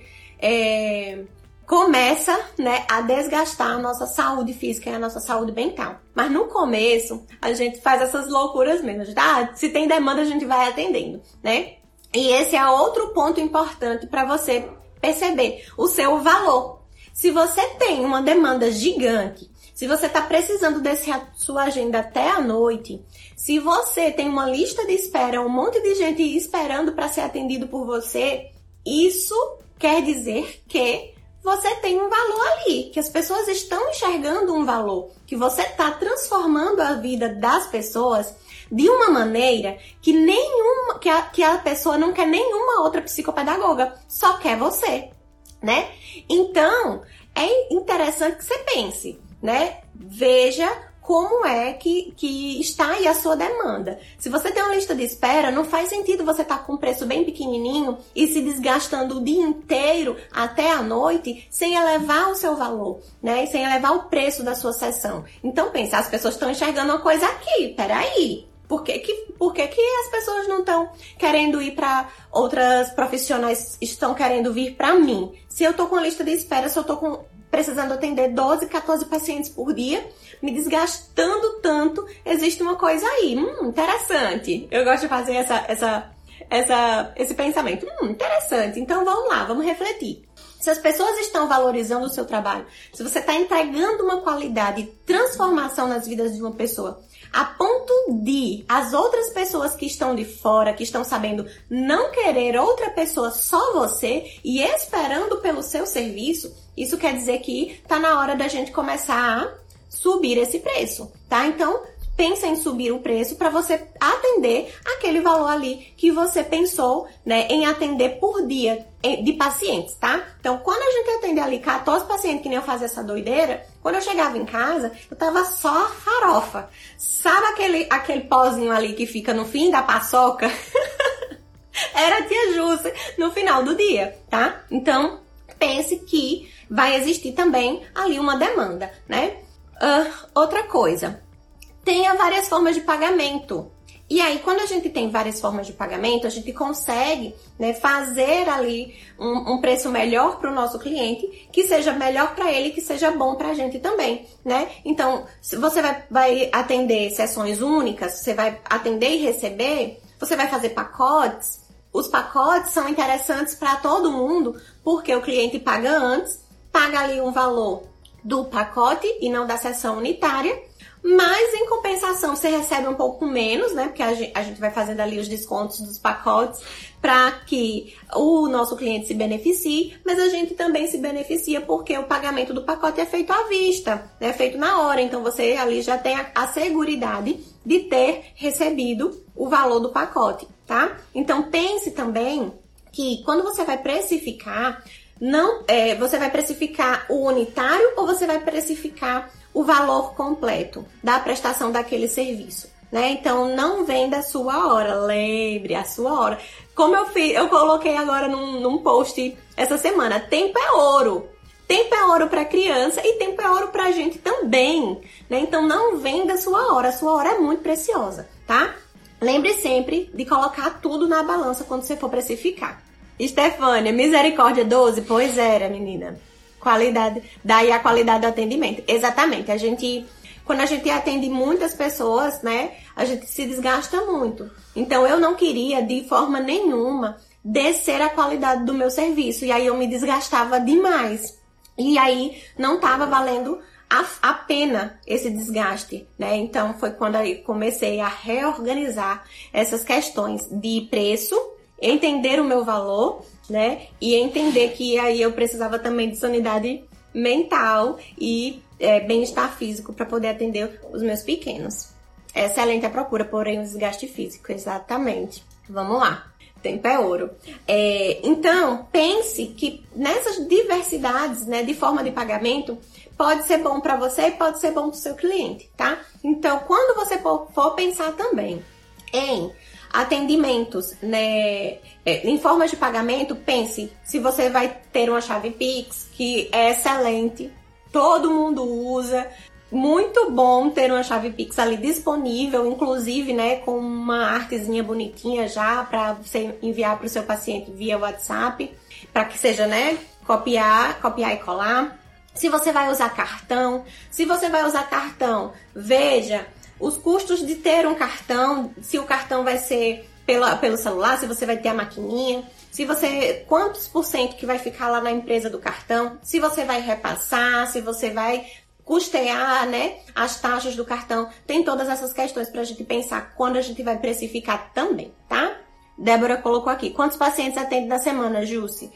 é, começa, né, a desgastar a nossa saúde física e a nossa saúde mental. Mas no começo, a gente faz essas loucuras mesmo. A gente, ah, se tem demanda, a gente vai atendendo, né? E esse é outro ponto importante para você perceber o seu valor. Se você tem uma demanda gigante, se você está precisando desse sua agenda até a noite, se você tem uma lista de espera, um monte de gente esperando para ser atendido por você, isso quer dizer que você tem um valor ali, que as pessoas estão enxergando um valor, que você está transformando a vida das pessoas de uma maneira que nenhuma, que a, que a pessoa não quer nenhuma outra psicopedagoga, só quer você, né? Então, é interessante que você pense, né? Veja como é que, que está aí a sua demanda. Se você tem uma lista de espera, não faz sentido você estar com um preço bem pequenininho e se desgastando o dia inteiro até a noite sem elevar o seu valor, né? E sem elevar o preço da sua sessão. Então, pensa, as pessoas estão enxergando uma coisa aqui, peraí. Por que que, por que que as pessoas não estão querendo ir para outras profissionais, estão querendo vir para mim? Se eu tô com a lista de espera, se eu tô com... precisando atender doze, quatorze pacientes por dia, me desgastando tanto, existe uma coisa aí. Hum, interessante. Eu gosto de fazer essa, essa, essa, esse pensamento. Hum, interessante. Então vamos lá, vamos refletir. Se as pessoas estão valorizando o seu trabalho, se você está entregando uma qualidade e transformação nas vidas de uma pessoa a ponto de as outras pessoas que estão de fora, que estão sabendo não querer outra pessoa, só você, e esperando pelo seu serviço, isso quer dizer que tá na hora da gente começar a subir esse preço, tá? Então, pensa em subir o preço para você atender aquele valor ali que você pensou, né, em atender por dia de pacientes, tá? Então, quando a gente atende ali quatorze pacientes, que nem eu fazia essa doideira, quando eu chegava em casa, eu tava só farofa. Sabe aquele, aquele pozinho ali que fica no fim da paçoca? Era a tia Júcia no final do dia, tá? Então, pense que vai existir também ali uma demanda, né? Uh, outra coisa, tenha várias formas de pagamento. E aí, quando a gente tem várias formas de pagamento, a gente consegue, né, fazer ali um, um preço melhor para o nosso cliente, que seja melhor para ele, que seja bom para a gente também, né? Então, se você vai, vai atender sessões únicas, você vai atender e receber, você vai fazer pacotes. Os pacotes são interessantes para todo mundo, porque o cliente paga antes, paga ali um valor do pacote e não da sessão unitária, mas em compensação você recebe um pouco menos, né? Porque a gente, a gente vai fazendo ali os descontos dos pacotes para que o nosso cliente se beneficie, mas a gente também se beneficia porque o pagamento do pacote é feito à vista, né? É feito na hora, então você ali já tem a, a seguridade de ter recebido o valor do pacote, tá? Então pense também que quando você vai precificar, não, é, você vai precificar o unitário ou você vai precificar o valor completo da prestação daquele serviço, né? Então, não venda a sua hora, lembre a sua hora. Como eu fiz, eu coloquei agora num, num post essa semana, tempo é ouro. Tempo é ouro para criança e tempo é ouro pra gente também, né? Então, não venda a sua hora, a sua hora é muito preciosa, tá? Lembre sempre de colocar tudo na balança quando você for precificar. Estefânia, misericórdia doze? Pois era, menina. Qualidade, daí a qualidade do atendimento. Exatamente, a gente, quando a gente atende muitas pessoas, né, a gente se desgasta muito. Então, eu não queria, de forma nenhuma, descer a qualidade do meu serviço. E aí, eu me desgastava demais. E aí, não tava valendo a, a pena esse desgaste, né? Então, foi quando eu comecei a reorganizar essas questões de preço, entender o meu valor, né? E entender que aí eu precisava também de sanidade mental e é, bem-estar físico para poder atender os meus pequenos. Excelente a procura, porém o desgaste físico, exatamente. Vamos lá, tempo é ouro. É, então, pense que nessas diversidades, né, de forma de pagamento, pode ser bom para você e pode ser bom para o seu cliente, tá? Então, quando você for, for pensar também em atendimentos, né, em formas de pagamento, pense se você vai ter uma chave Pix, que é excelente, todo mundo usa, muito bom ter uma chave Pix ali disponível, inclusive, né, com uma artezinha bonitinha já para você enviar para o seu paciente via WhatsApp, para que seja, né, copiar, copiar e colar. Se você vai usar cartão, se você vai usar cartão, veja os custos de ter um cartão, se o cartão vai ser pela, pelo celular, se você vai ter a maquininha, se você, quantos por cento que vai ficar lá na empresa do cartão, se você vai repassar, se você vai custear, né, as taxas do cartão. Tem todas essas questões pra gente pensar quando a gente vai precificar também, tá? Débora colocou aqui, quantos pacientes atende na semana, Jússi?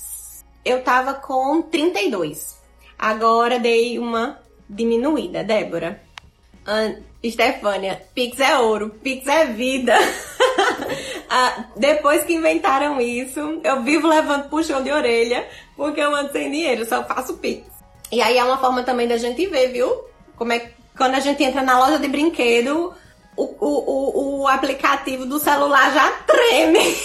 Eu tava com trinta e dois. Agora dei uma diminuída, Débora. Uh, Estefânia, Pix é ouro, Pix é vida. ah, depois que inventaram isso, eu vivo levando puxão de orelha, porque eu ando sem dinheiro, só faço Pix. E aí é uma forma também da gente ver, viu? Como é que quando a gente entra na loja de brinquedo, o, o, o, o aplicativo do celular já treme.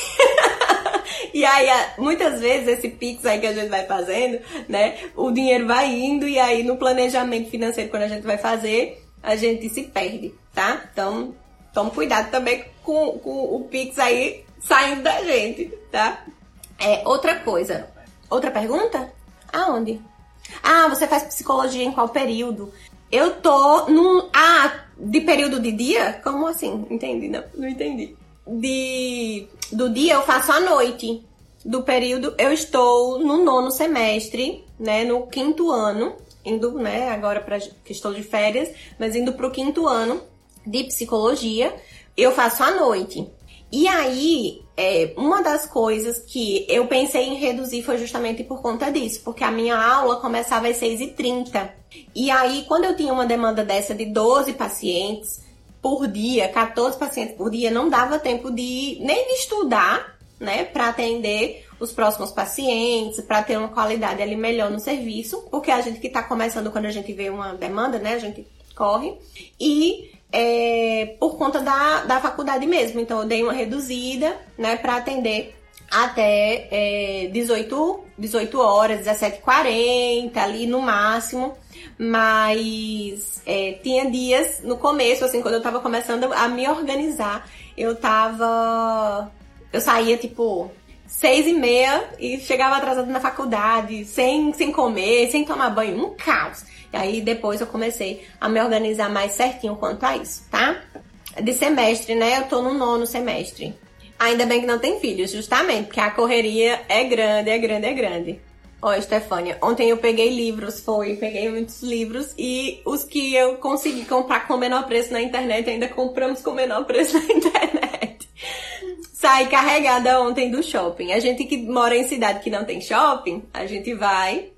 E aí, muitas vezes, esse Pix aí que a gente vai fazendo, né? O dinheiro vai indo e aí no planejamento financeiro, quando a gente vai fazer, a gente se perde, tá? Então, tome cuidado também com, com o Pix aí saindo da gente, tá? É, outra coisa. Outra pergunta? Aonde? Ah, você faz psicologia em qual período? Eu tô num... Ah, de período de dia? Como assim? Entendi, não, não entendi. De... Do dia eu faço à noite. Do período eu estou no nono semestre, né? No quinto ano. Indo, né? Agora pra... que estou de férias, mas indo pro quinto ano de psicologia, eu faço à noite. E aí, é, uma das coisas que eu pensei em reduzir foi justamente por conta disso, porque a minha aula começava às seis e trinta. E aí, quando eu tinha uma demanda dessa de doze pacientes por dia, quatorze pacientes por dia, não dava tempo de nem de estudar, né, para atender os próximos pacientes, para ter uma qualidade ali melhor no serviço, porque a gente que tá começando, quando a gente vê uma demanda, né, a gente corre. E É, por conta da, da faculdade mesmo. Então eu dei uma reduzida, né, para atender até é, dezoito, dezoito horas, dezessete e quarenta ali no máximo. Mas é, tinha dias no começo, assim, quando eu tava começando a me organizar, eu tava... Eu saía tipo seis e meia e chegava atrasada na faculdade, sem, sem comer, sem tomar banho, um caos. E aí depois eu comecei a me organizar mais certinho quanto a isso, tá? De semestre, né? Eu tô no nono semestre. Ainda bem que não tem filhos, justamente, porque a correria é grande, é grande, é grande. Ó, Estefânia, ontem eu peguei livros, foi, peguei muitos livros e os que eu consegui comprar com menor preço na internet, ainda compramos com menor preço na internet. Saí carregada ontem do shopping. A gente que mora em cidade que não tem shopping, a gente vai...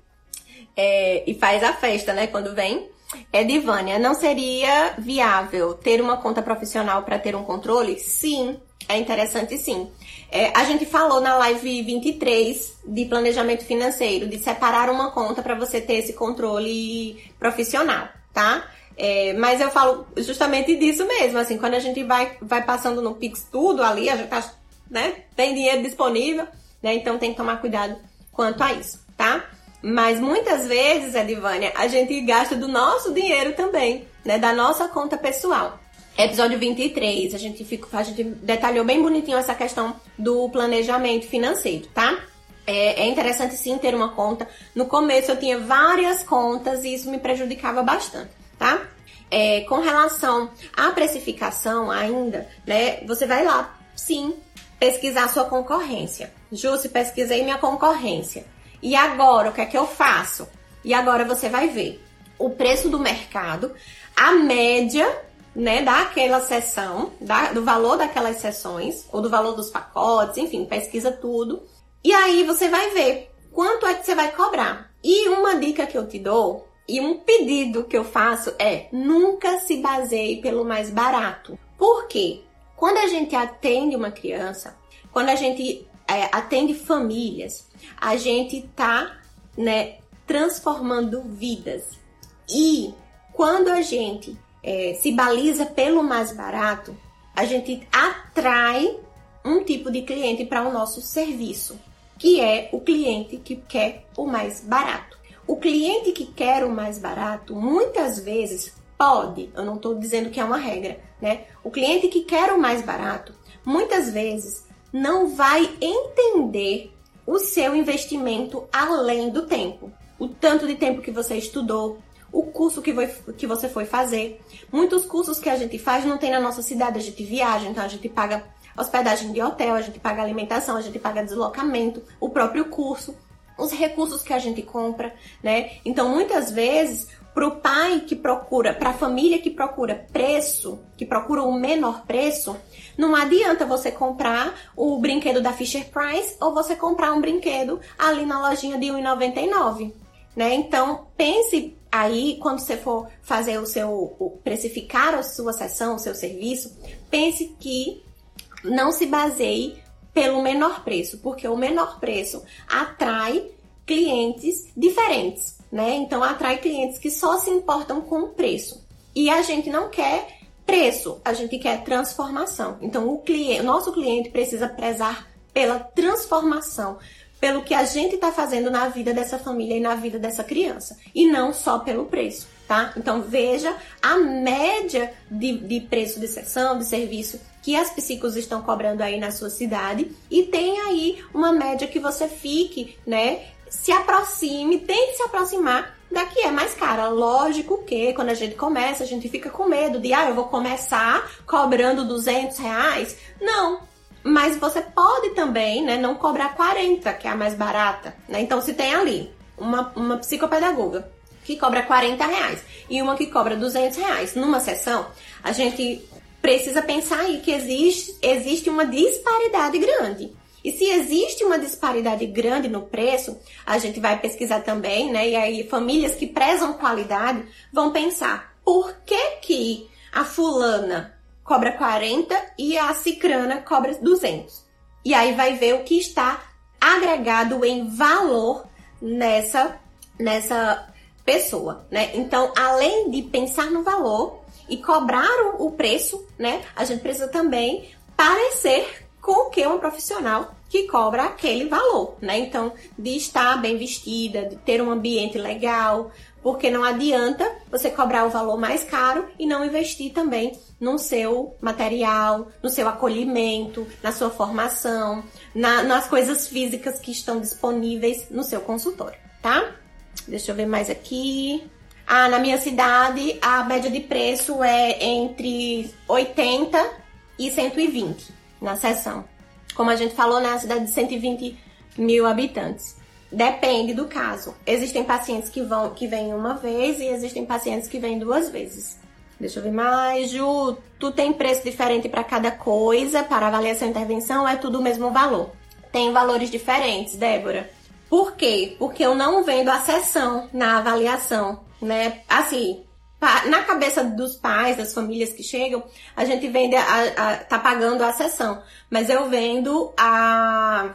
É, e faz a festa, né, quando vem. É, Divânia, não seria viável ter uma conta profissional para ter um controle? Sim, é interessante sim. É, a gente falou na live vinte e três de planejamento financeiro, de separar uma conta para você ter esse controle profissional, tá? É, mas eu falo justamente disso mesmo, assim, quando a gente vai, vai passando no Pix tudo ali, a gente tá, né, tem dinheiro disponível, né, então tem que tomar cuidado quanto a isso, tá? Mas muitas vezes, Edivânia, a gente gasta do nosso dinheiro também, né? Da nossa conta pessoal. Episódio vinte e três, a gente, fica, a gente detalhou bem bonitinho essa questão do planejamento financeiro, tá? É, é interessante sim ter uma conta. No começo eu tinha várias contas e isso me prejudicava bastante, tá? É, com relação à precificação ainda, né? Você vai lá, sim, pesquisar a sua concorrência. Jússi, pesquisei minha concorrência. E agora, o que é que eu faço? E agora você vai ver o preço do mercado, a média, né, daquela sessão, da, do valor daquelas sessões, ou do valor dos pacotes, enfim, pesquisa tudo. E aí você vai ver quanto é que você vai cobrar. E uma dica que eu te dou, e um pedido que eu faço é, nunca se baseie pelo mais barato. Por quê? Quando a gente atende uma criança, quando a gente é, atende famílias, a gente tá, né, transformando vidas. E quando a gente é, se baliza pelo mais barato, a gente atrai um tipo de cliente para o nosso serviço, que é o cliente que quer o mais barato. O cliente que quer o mais barato, muitas vezes pode, eu não estou dizendo que é uma regra, né? O cliente que quer o mais barato, muitas vezes não vai entender o seu investimento além do tempo. O tanto de tempo que você estudou, o curso que, foi, que você foi fazer. Muitos cursos que a gente faz não tem na nossa cidade, a gente viaja, então a gente paga hospedagem de hotel, a gente paga alimentação, a gente paga deslocamento, o próprio curso, os recursos que a gente compra, né? Então, muitas vezes, para o pai que procura, para a família que procura preço, que procura o menor preço, não adianta você comprar o brinquedo da Fisher Price ou você comprar um brinquedo ali na lojinha de um real e noventa e nove centavos, né? Então, pense aí, quando você for fazer o seu, o, precificar a sua sessão, o seu serviço, pense que não se baseie pelo menor preço, porque o menor preço atrai clientes diferentes, né? Então, atrai clientes que só se importam com o preço. E a gente não quer preço, a gente quer transformação. Então, o cliente, o nosso cliente precisa prezar pela transformação, pelo que a gente está fazendo na vida dessa família e na vida dessa criança, e não só pelo preço, tá? Então, veja a média de, de preço de sessão, de serviço que as psicos estão cobrando aí na sua cidade, e tem aí uma média que você fique, né, se aproxime, tente se aproximar da que é mais cara. Lógico que quando a gente começa, a gente fica com medo de, ah, eu vou começar cobrando duzentos reais. Não, mas você pode também, né, não cobrar quarenta, que é a mais barata, né? Então, se tem ali uma, uma psicopedagoga que cobra quarenta reais e uma que cobra duzentos reais numa sessão, a gente precisa pensar aí que existe, existe uma disparidade grande. E se existe uma disparidade grande no preço, a gente vai pesquisar também, né? E aí famílias que prezam qualidade vão pensar, por que que a fulana cobra quarenta e a cicrana cobra duzentos? E aí vai ver o que está agregado em valor nessa, nessa pessoa, né? Então, além de pensar no valor e cobrar o, o preço, né? A gente precisa também parecer com o que um profissional que cobra aquele valor, né? Então, de estar bem vestida, de ter um ambiente legal, porque não adianta você cobrar o valor mais caro e não investir também no seu material, no seu acolhimento, na sua formação, na, nas coisas físicas que estão disponíveis no seu consultório, tá? Deixa eu ver mais aqui. Ah, na minha cidade, a média de preço é entre oitenta e cento e vinte na sessão. Como a gente falou, na cidade de cento e vinte mil habitantes. Depende do caso. Existem pacientes que vão, que vêm uma vez e existem pacientes que vêm duas vezes. Deixa eu ver mais. Ju, tu tem preço diferente para cada coisa, para avaliação e intervenção, ou é tudo o mesmo valor? Tem valores diferentes, Débora. Por quê? Porque eu não vendo a sessão na avaliação, né? Assim, na cabeça dos pais, das famílias que chegam, a gente vende, a, a, tá pagando a sessão, mas eu vendo a,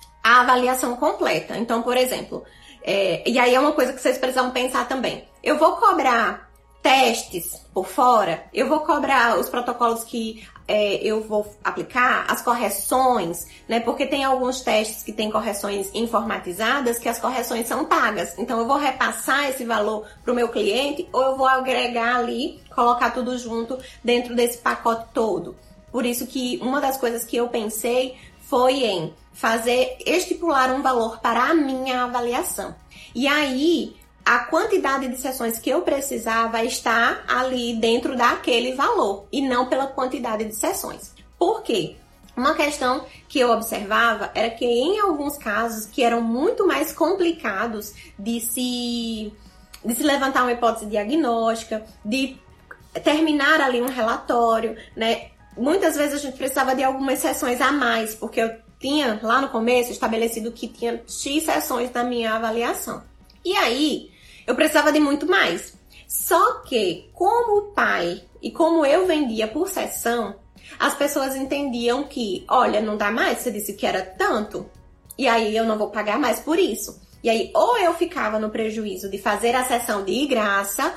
a avaliação completa. Então, por exemplo, é, e aí é uma coisa que vocês precisam pensar também. Eu vou cobrar testes por fora, eu vou cobrar os protocolos que é, eu vou aplicar, as correções, né? Porque tem alguns testes que tem correções informatizadas que as correções são pagas. Então eu vou repassar esse valor para o meu cliente ou eu vou agregar ali, colocar tudo junto dentro desse pacote todo. Por isso que uma das coisas que eu pensei foi em fazer, estipular um valor para a minha avaliação. E aí, a quantidade de sessões que eu precisava está ali dentro daquele valor e não pela quantidade de sessões. Por quê? Uma questão que eu observava era que em alguns casos que eram muito mais complicados de se, de se levantar uma hipótese diagnóstica, de terminar ali um relatório, né? Muitas vezes a gente precisava de algumas sessões a mais, porque eu tinha lá no começo estabelecido que tinha X sessões na minha avaliação. E aí, eu precisava de muito mais. Só que, como o pai e como eu vendia por sessão, as pessoas entendiam que, olha, não dá mais, você disse que era tanto, e aí eu não vou pagar mais por isso. E aí, ou eu ficava no prejuízo de fazer a sessão de graça,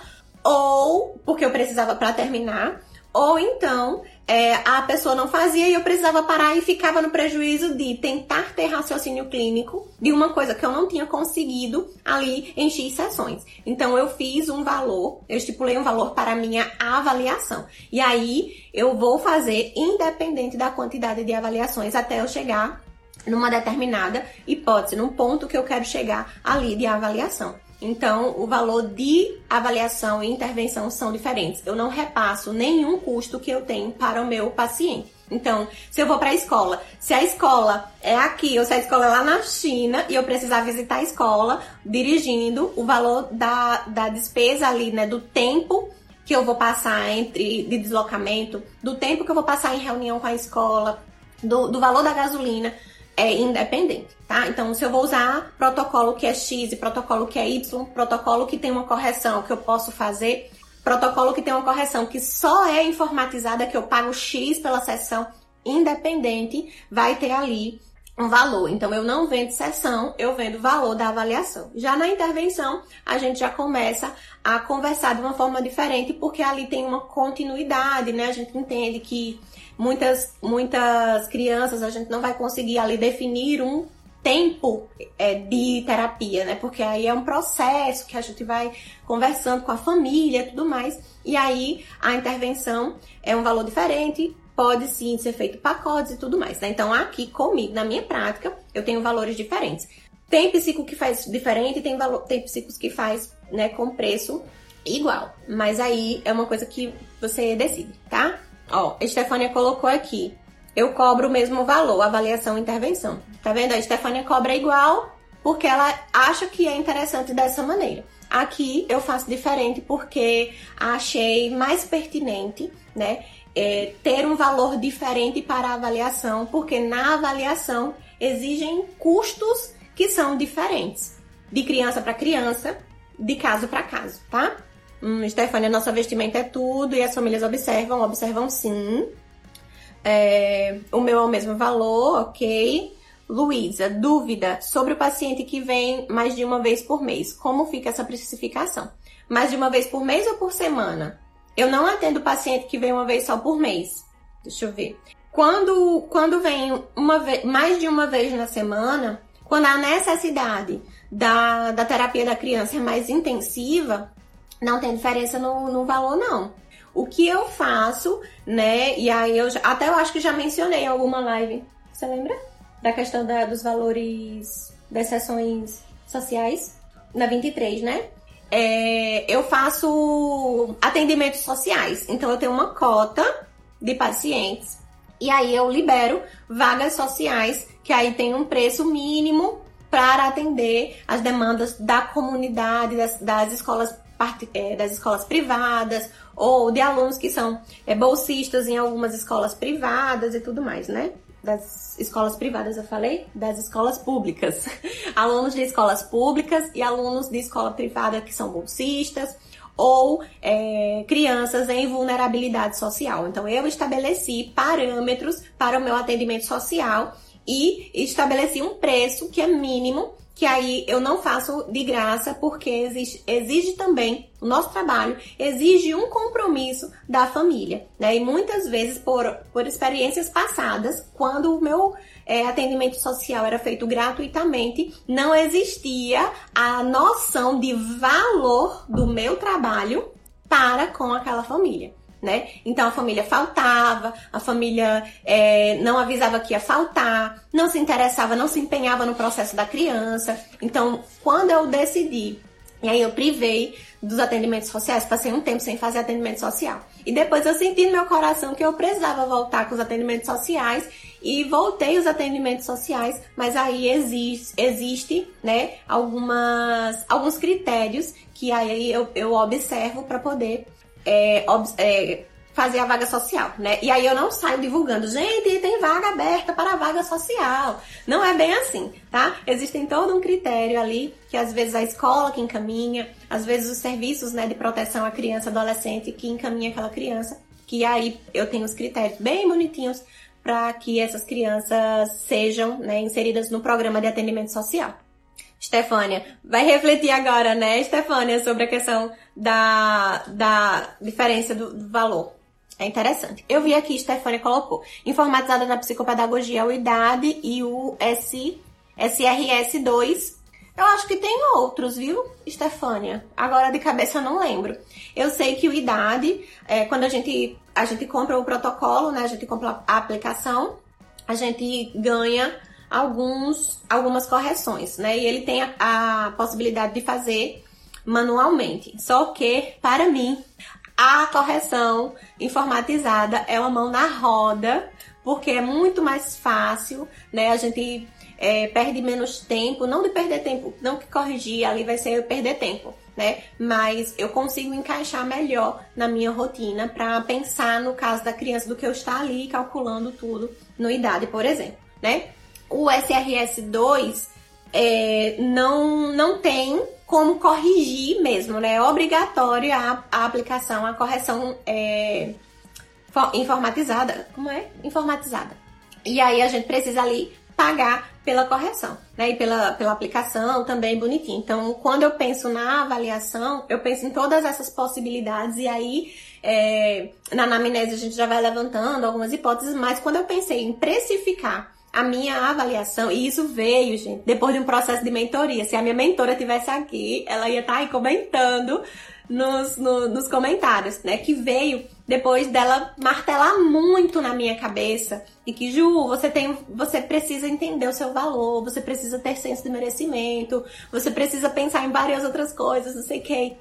ou porque eu precisava para terminar, ou então é, a pessoa não fazia e eu precisava parar e ficava no prejuízo de tentar ter raciocínio clínico de uma coisa que eu não tinha conseguido ali em X sessões. Então eu fiz um valor, eu estipulei um valor para a minha avaliação. E aí eu vou fazer independente da quantidade de avaliações até eu chegar numa determinada hipótese, num ponto que eu quero chegar ali de avaliação. Então, o valor de avaliação e intervenção são diferentes. Eu não repasso nenhum custo que eu tenho para o meu paciente. Então, se eu vou para a escola, se a escola é aqui ou se a escola é lá na China e eu precisar visitar a escola dirigindo, o valor da, da despesa ali, né, do tempo que eu vou passar entre de deslocamento, do tempo que eu vou passar em reunião com a escola, do, do valor da gasolina, é independente, tá? Então, se eu vou usar protocolo que é X e protocolo que é Y, protocolo que tem uma correção que eu posso fazer, protocolo que tem uma correção que só é informatizada, que eu pago X pela sessão, independente, vai ter ali um valor. Então, eu não vendo sessão, eu vendo o valor da avaliação. Já na intervenção, a gente já começa a conversar de uma forma diferente, porque ali tem uma continuidade, né? A gente entende que muitas, muitas crianças, a gente não vai conseguir ali definir um tempo é, de terapia, né? Porque aí é um processo que a gente vai conversando com a família e tudo mais. E aí, a intervenção é um valor diferente, pode sim ser feito pacotes e tudo mais, né? Então, aqui comigo, na minha prática, eu tenho valores diferentes. Tem psico que faz diferente, tem, valor, tem psicos que faz, né, com preço igual. Mas aí é uma coisa que você decide, tá? Ó, a Estefânia colocou aqui. Eu cobro o mesmo valor, avaliação e intervenção. Tá vendo? A Estefânia cobra igual porque ela acha que é interessante dessa maneira. Aqui eu faço diferente porque achei mais pertinente, né, é, ter um valor diferente para a avaliação, porque na avaliação exigem custos que são diferentes, de criança para criança, de caso para caso, tá? Hum, Stefânia, nossa vestimenta é tudo e as famílias observam, observam sim. É, o meu é o mesmo valor, ok. Luísa, dúvida sobre o paciente que vem mais de uma vez por mês. Como fica essa precificação? Mais de uma vez por mês ou por semana? Eu não atendo paciente que vem uma vez só por mês. Deixa eu ver. Quando, quando vem uma vez, mais de uma vez na semana, quando a necessidade da, da terapia da criança é mais intensiva, não tem diferença no, no valor, não. O que eu faço, né, e aí eu já, até eu acho que já mencionei em alguma live, você lembra? Da questão da, dos valores das sessões sociais, na vinte e três, né? É, eu faço atendimentos sociais, então eu tenho uma cota de pacientes e aí eu libero vagas sociais, que aí tem um preço mínimo para atender as demandas da comunidade, das, das escolas das escolas privadas ou de alunos que são é, bolsistas em algumas escolas privadas e tudo mais, né? Das escolas privadas, eu falei? Das escolas públicas. Alunos de escolas públicas e alunos de escola privada que são bolsistas ou é, crianças em vulnerabilidade social. Então, eu estabeleci parâmetros para o meu atendimento social e estabeleci um preço que é mínimo, que aí eu não faço de graça, porque exige, exige também, o nosso trabalho exige um compromisso da família, né? E muitas vezes, por, por experiências passadas, quando o meu é, atendimento social era feito gratuitamente, não existia a noção de valor do meu trabalho para com aquela família, né? Então a família faltava, a família é, não avisava que ia faltar, não se interessava, não se empenhava no processo da criança. Então, quando eu decidi, e aí eu privei dos atendimentos sociais, passei um tempo sem fazer atendimento social. E depois eu senti no meu coração que eu precisava voltar com os atendimentos sociais e voltei os atendimentos sociais, mas aí existe, existe né, algumas, alguns critérios que aí eu, eu observo para poder É, é, fazer a vaga social, né? E aí eu não saio divulgando, gente, tem vaga aberta para a vaga social. Não é bem assim, tá? Existem todo um critério ali, que às vezes a escola que encaminha, às vezes os serviços, né, de proteção à criança e adolescente que encaminha aquela criança, que aí eu tenho os critérios bem bonitinhos para que essas crianças sejam, né, inseridas no programa de atendimento social. Stefânia, vai refletir agora, né, Stefânia, sobre a questão da, da diferença do, do valor. É interessante. Eu vi aqui, Stefânia colocou, informatizada na psicopedagogia, o I D A D e o S, S R S dois. Eu acho que tem outros, viu, Stefânia? Agora de cabeça eu não lembro. Eu sei que o I D A D, é, quando a gente, a gente compra o protocolo, né, a gente compra a aplicação, a gente ganha alguns, algumas correções, né? E ele tem a, a possibilidade de fazer manualmente. Só que, para mim, a correção informatizada é uma mão na roda, porque é muito mais fácil, né? A gente é, perde menos tempo, não de perder tempo, não que corrigir ali vai ser eu perder tempo, né? Mas eu consigo encaixar melhor na minha rotina para pensar no caso da criança do que eu estar ali calculando tudo no I D A D, por exemplo, né? O S R S dois é, não, não tem como corrigir mesmo, né? É obrigatório a, a aplicação, a correção é, informatizada. Como é? Informatizada. E aí a gente precisa ali pagar pela correção, né? E pela, pela aplicação também bonitinho. Então, quando eu penso na avaliação, eu penso em todas essas possibilidades e aí é, na anamnese a gente já vai levantando algumas hipóteses, mas quando eu pensei em precificar a minha avaliação, e isso veio, gente, depois de um processo de mentoria. Se a minha mentora estivesse aqui, ela ia estar aí comentando nos, no, nos comentários, né? Que veio depois dela martelar muito na minha cabeça e que, Ju, você tem, você precisa entender o seu valor, você precisa ter senso de merecimento, você precisa pensar em várias outras coisas, não sei o que e tal.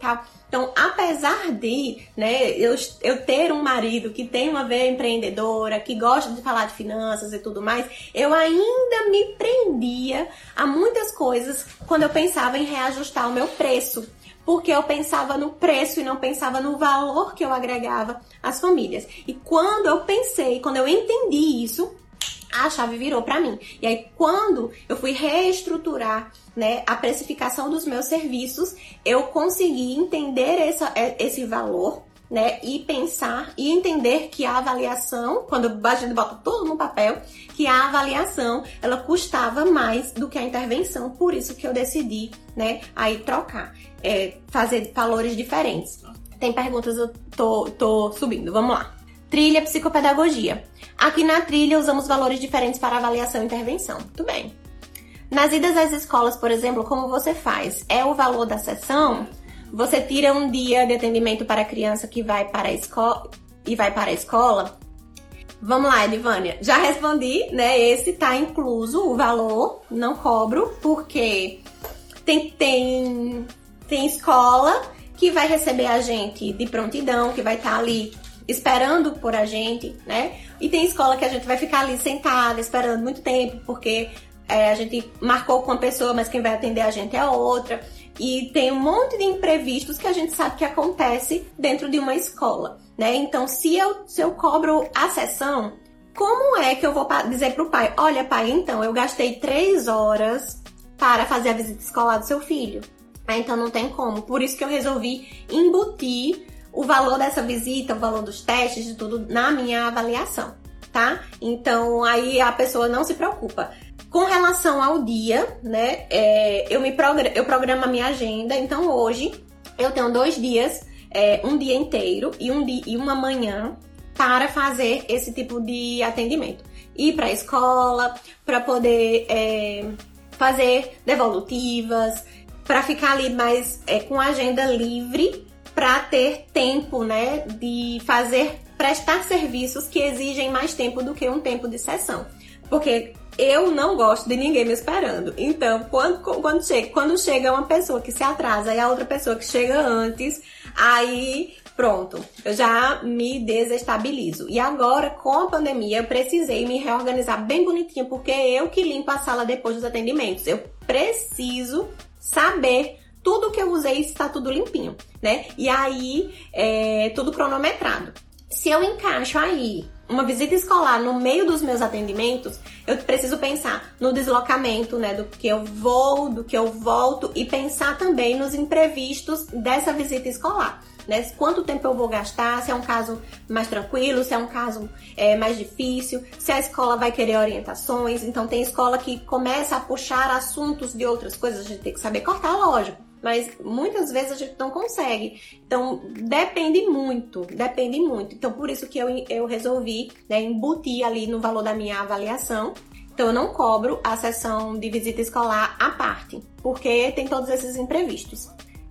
Então, apesar de, né, eu, eu ter um marido que tem uma veia empreendedora, que gosta de falar de finanças e tudo mais, eu ainda me prendia a muitas coisas quando eu pensava em reajustar o meu preço. Porque eu pensava no preço e não pensava no valor que eu agregava às famílias. E quando eu pensei, quando eu entendi isso, a chave virou para mim. E aí, quando eu fui reestruturar, né, a precificação dos meus serviços, eu consegui entender essa, esse valor, né, e pensar e entender que a avaliação, quando a gente bota tudo no papel, que a avaliação, ela custava mais do que a intervenção. Por isso que eu decidi, né, aí trocar, é, fazer valores diferentes. Tem perguntas, eu tô, tô subindo, vamos lá. Trilha psicopedagogia. Aqui na trilha usamos valores diferentes para avaliação e intervenção. Muito bem. Nas idas às escolas, por exemplo, como você faz? É o valor da sessão? Você tira um dia de atendimento para a criança que vai para a escola e vai para a escola? Vamos lá, Edivânia. Já respondi, né? Esse tá incluso o valor, não cobro, porque tem, tem, tem escola que vai receber a gente de prontidão, que vai estar ali esperando por a gente, né? E tem escola que a gente vai ficar ali sentada, esperando muito tempo, porque é, a gente marcou com uma pessoa, mas quem vai atender a gente é outra. E tem um monte de imprevistos que a gente sabe que acontece dentro de uma escola, né? Então, se eu, se eu cobro a sessão, como é que eu vou dizer pro pai? Olha, pai, então, eu gastei três horas para fazer a visita escolar do seu filho. Ah, então não tem como. Por isso que eu resolvi embutir o valor dessa visita, o valor dos testes, de tudo, na minha avaliação, tá? Então, aí a pessoa não se preocupa. Com relação ao dia, né, é, eu, me programo, eu programo a minha agenda, então hoje eu tenho dois dias, é, um dia inteiro e, um dia, e uma manhã para fazer esse tipo de atendimento. Ir para a escola, para poder é, fazer devolutivas, para ficar ali mais é, com a agenda livre, para ter tempo, né, de fazer, prestar serviços que exigem mais tempo do que um tempo de sessão. Porque eu não gosto de ninguém me esperando. Então, quando, quando, chega, quando chega uma pessoa que se atrasa e a outra pessoa que chega antes, aí pronto, eu já me desestabilizo. E agora, com a pandemia, eu precisei me reorganizar bem bonitinho, porque é eu que limpo a sala depois dos atendimentos. Eu preciso saber tudo que eu usei está tudo limpinho, né? E aí, é tudo cronometrado. Se eu encaixo aí uma visita escolar no meio dos meus atendimentos, eu preciso pensar no deslocamento, né? Do que eu vou, do que eu volto e pensar também nos imprevistos dessa visita escolar, né? Quanto tempo eu vou gastar, se é um caso mais tranquilo, se é um caso é, mais difícil, se a escola vai querer orientações. Então, tem escola que começa a puxar assuntos de outras coisas, a gente tem que saber cortar, lógico. Mas muitas vezes a gente não consegue. Então, depende muito, depende muito. Então, por isso que eu, eu resolvi, né, embutir ali no valor da minha avaliação. Então, eu não cobro a sessão de visita escolar à parte, porque tem todos esses imprevistos.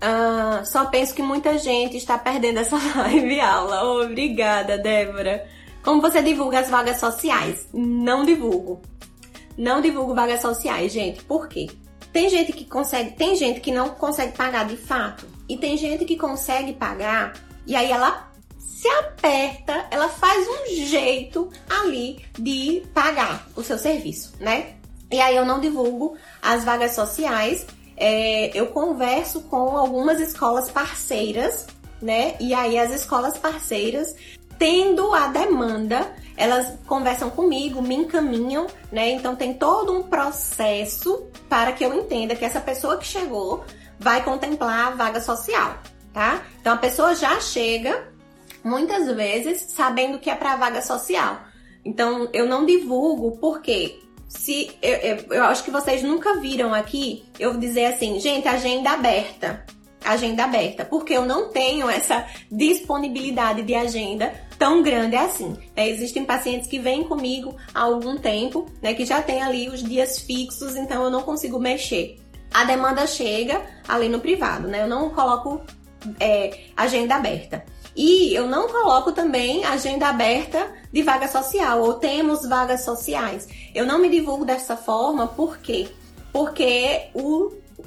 Uh, só penso que muita gente está perdendo essa live aula. Oh, obrigada, Débora. Como você divulga as vagas sociais? Não divulgo. Não divulgo vagas sociais, gente. Por quê? Tem gente que consegue, tem gente que não consegue pagar de fato. E tem gente que consegue pagar e aí ela se aperta, ela faz um jeito ali de pagar o seu serviço, né? E aí eu não divulgo as vagas sociais, é, eu converso com algumas escolas parceiras, né? E aí as escolas parceiras, tendo a demanda, elas conversam comigo, me encaminham, né? Então tem todo um processo para que eu entenda que essa pessoa que chegou vai contemplar a vaga social, tá? Então a pessoa já chega, muitas vezes, sabendo que é para vaga social. Então eu não divulgo, porque se eu, eu, eu acho que vocês nunca viram aqui eu dizer assim, gente, agenda aberta. Agenda aberta, porque eu não tenho essa disponibilidade de agenda tão grande assim, né? Existem pacientes que vêm comigo há algum tempo, né, que já tem ali os dias fixos, então eu não consigo mexer. A demanda chega ali no privado, né? Eu não coloco é, agenda aberta. E eu não coloco também agenda aberta de vaga social, ou temos vagas sociais. Eu não me divulgo dessa forma, por quê? Porque o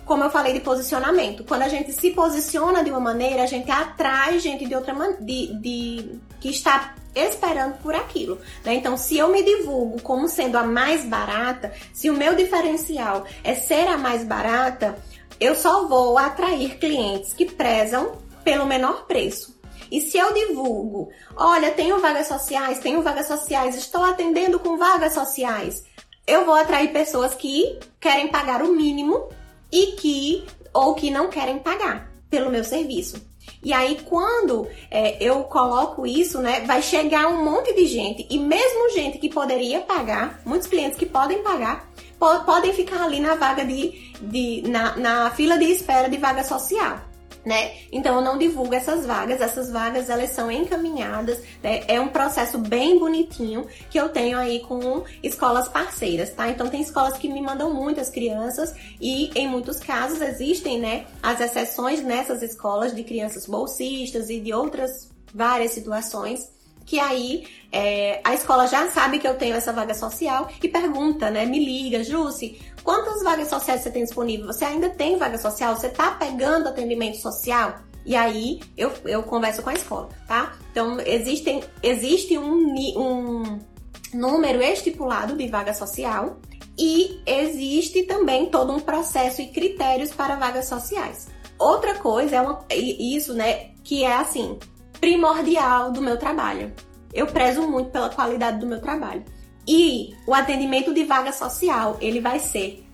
como eu falei de posicionamento, quando a gente se posiciona de uma maneira, a gente atrai gente de outra man- de, de que está esperando por aquilo, né? Então, se eu me divulgo como sendo a mais barata, se o meu diferencial é ser a mais barata, eu só vou atrair clientes que prezam pelo menor preço. E se eu divulgo, olha, tenho vagas sociais, tenho vagas sociais, estou atendendo com vagas sociais, eu vou atrair pessoas que querem pagar o mínimo e que, ou que não querem pagar pelo meu serviço. E aí, quando é, eu coloco isso, né, vai chegar um monte de gente, e mesmo gente que poderia pagar, muitos clientes que podem pagar, po- podem ficar ali na vaga de, de na, na fila de espera de vaga social. Né? Então eu não divulgo essas vagas, essas vagas elas são encaminhadas, né? É um processo bem bonitinho que eu tenho aí com escolas parceiras, tá? Então tem escolas que me mandam muitas crianças e em muitos casos existem, né, as exceções nessas escolas de crianças bolsistas e de outras várias situações que aí é, a escola já sabe que eu tenho essa vaga social e pergunta, né, me liga, Jússi, quantas vagas sociais você tem disponível? Você ainda tem vaga social? Você tá pegando atendimento social? E aí eu, eu converso com a escola, tá? Então existem, existe um, um número estipulado de vaga social e existe também todo um processo e critérios para vagas sociais. Outra coisa é uma, isso, né, que é assim, primordial do meu trabalho. Eu prezo muito pela qualidade do meu trabalho. E o atendimento de vaga social, ele vai ser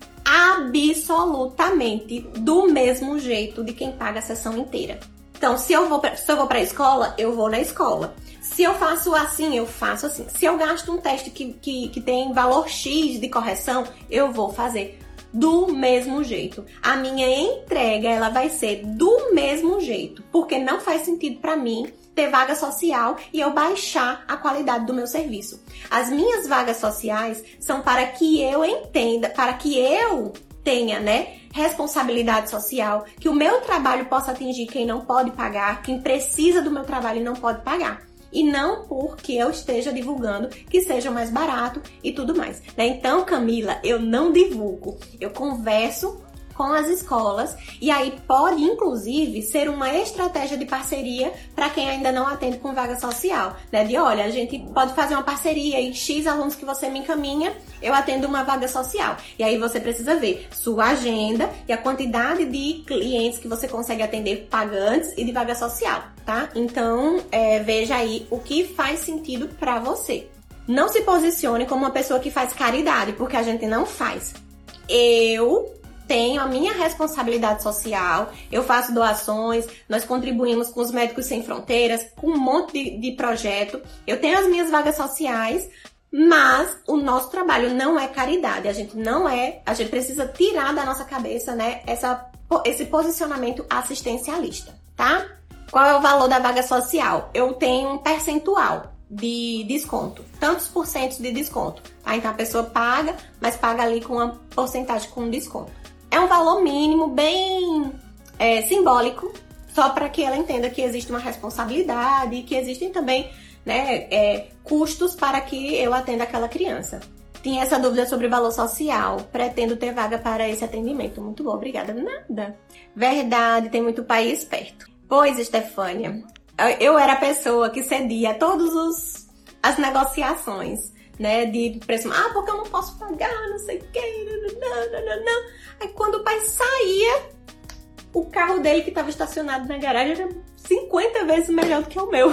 absolutamente do mesmo jeito de quem paga a sessão inteira. Então, se eu vou pra, se eu vou para a escola, eu vou na escola. Se eu faço assim, eu faço assim. Se eu gasto um teste que, que, que tem valor X de correção, eu vou fazer do mesmo jeito. A minha entrega, ela vai ser do mesmo jeito, porque não faz sentido para mim ter vaga social e eu baixar a qualidade do meu serviço. As minhas vagas sociais são para que eu entenda, para que eu tenha, né, responsabilidade social, que o meu trabalho possa atingir quem não pode pagar, quem precisa do meu trabalho e não pode pagar. E não porque eu esteja divulgando que seja mais barato e tudo mais, né? Então, Camila, eu não divulgo, eu converso com as escolas e aí pode, inclusive, ser uma estratégia de parceria para quem ainda não atende com vaga social, né? De, olha, a gente pode fazer uma parceria e X alunos que você me encaminha, eu atendo uma vaga social. E aí você precisa ver sua agenda e a quantidade de clientes que você consegue atender pagantes e de vaga social, tá? Então, é, veja aí o que faz sentido para você. Não se posicione como uma pessoa que faz caridade, porque a gente não faz. Eu tenho a minha responsabilidade social, eu faço doações, nós contribuímos com os Médicos Sem Fronteiras, com um monte de, de projeto, eu tenho as minhas vagas sociais, mas o nosso trabalho não é caridade, a gente não é, a gente precisa tirar da nossa cabeça, né, essa, esse posicionamento assistencialista, tá? Qual é o valor da vaga social? Eu tenho um percentual de desconto, tantos por cento de desconto, tá? Então a pessoa paga, mas paga ali com uma porcentagem com desconto. É um valor mínimo, bem é, simbólico, só para que ela entenda que existe uma responsabilidade e que existem também, né, é, custos para que eu atenda aquela criança. Tinha essa dúvida sobre valor social, pretendo ter vaga para esse atendimento. Muito bom, obrigada. Nada. Verdade, tem muito pai esperto. Pois, Estefânia, eu era a pessoa que cedia todas os, as negociações, né, de preço, ah, porque eu não posso pagar, não sei o que, não, não, não, não. Aí quando o pai saía, o carro dele que estava estacionado na garagem era cinquenta vezes melhor do que o meu.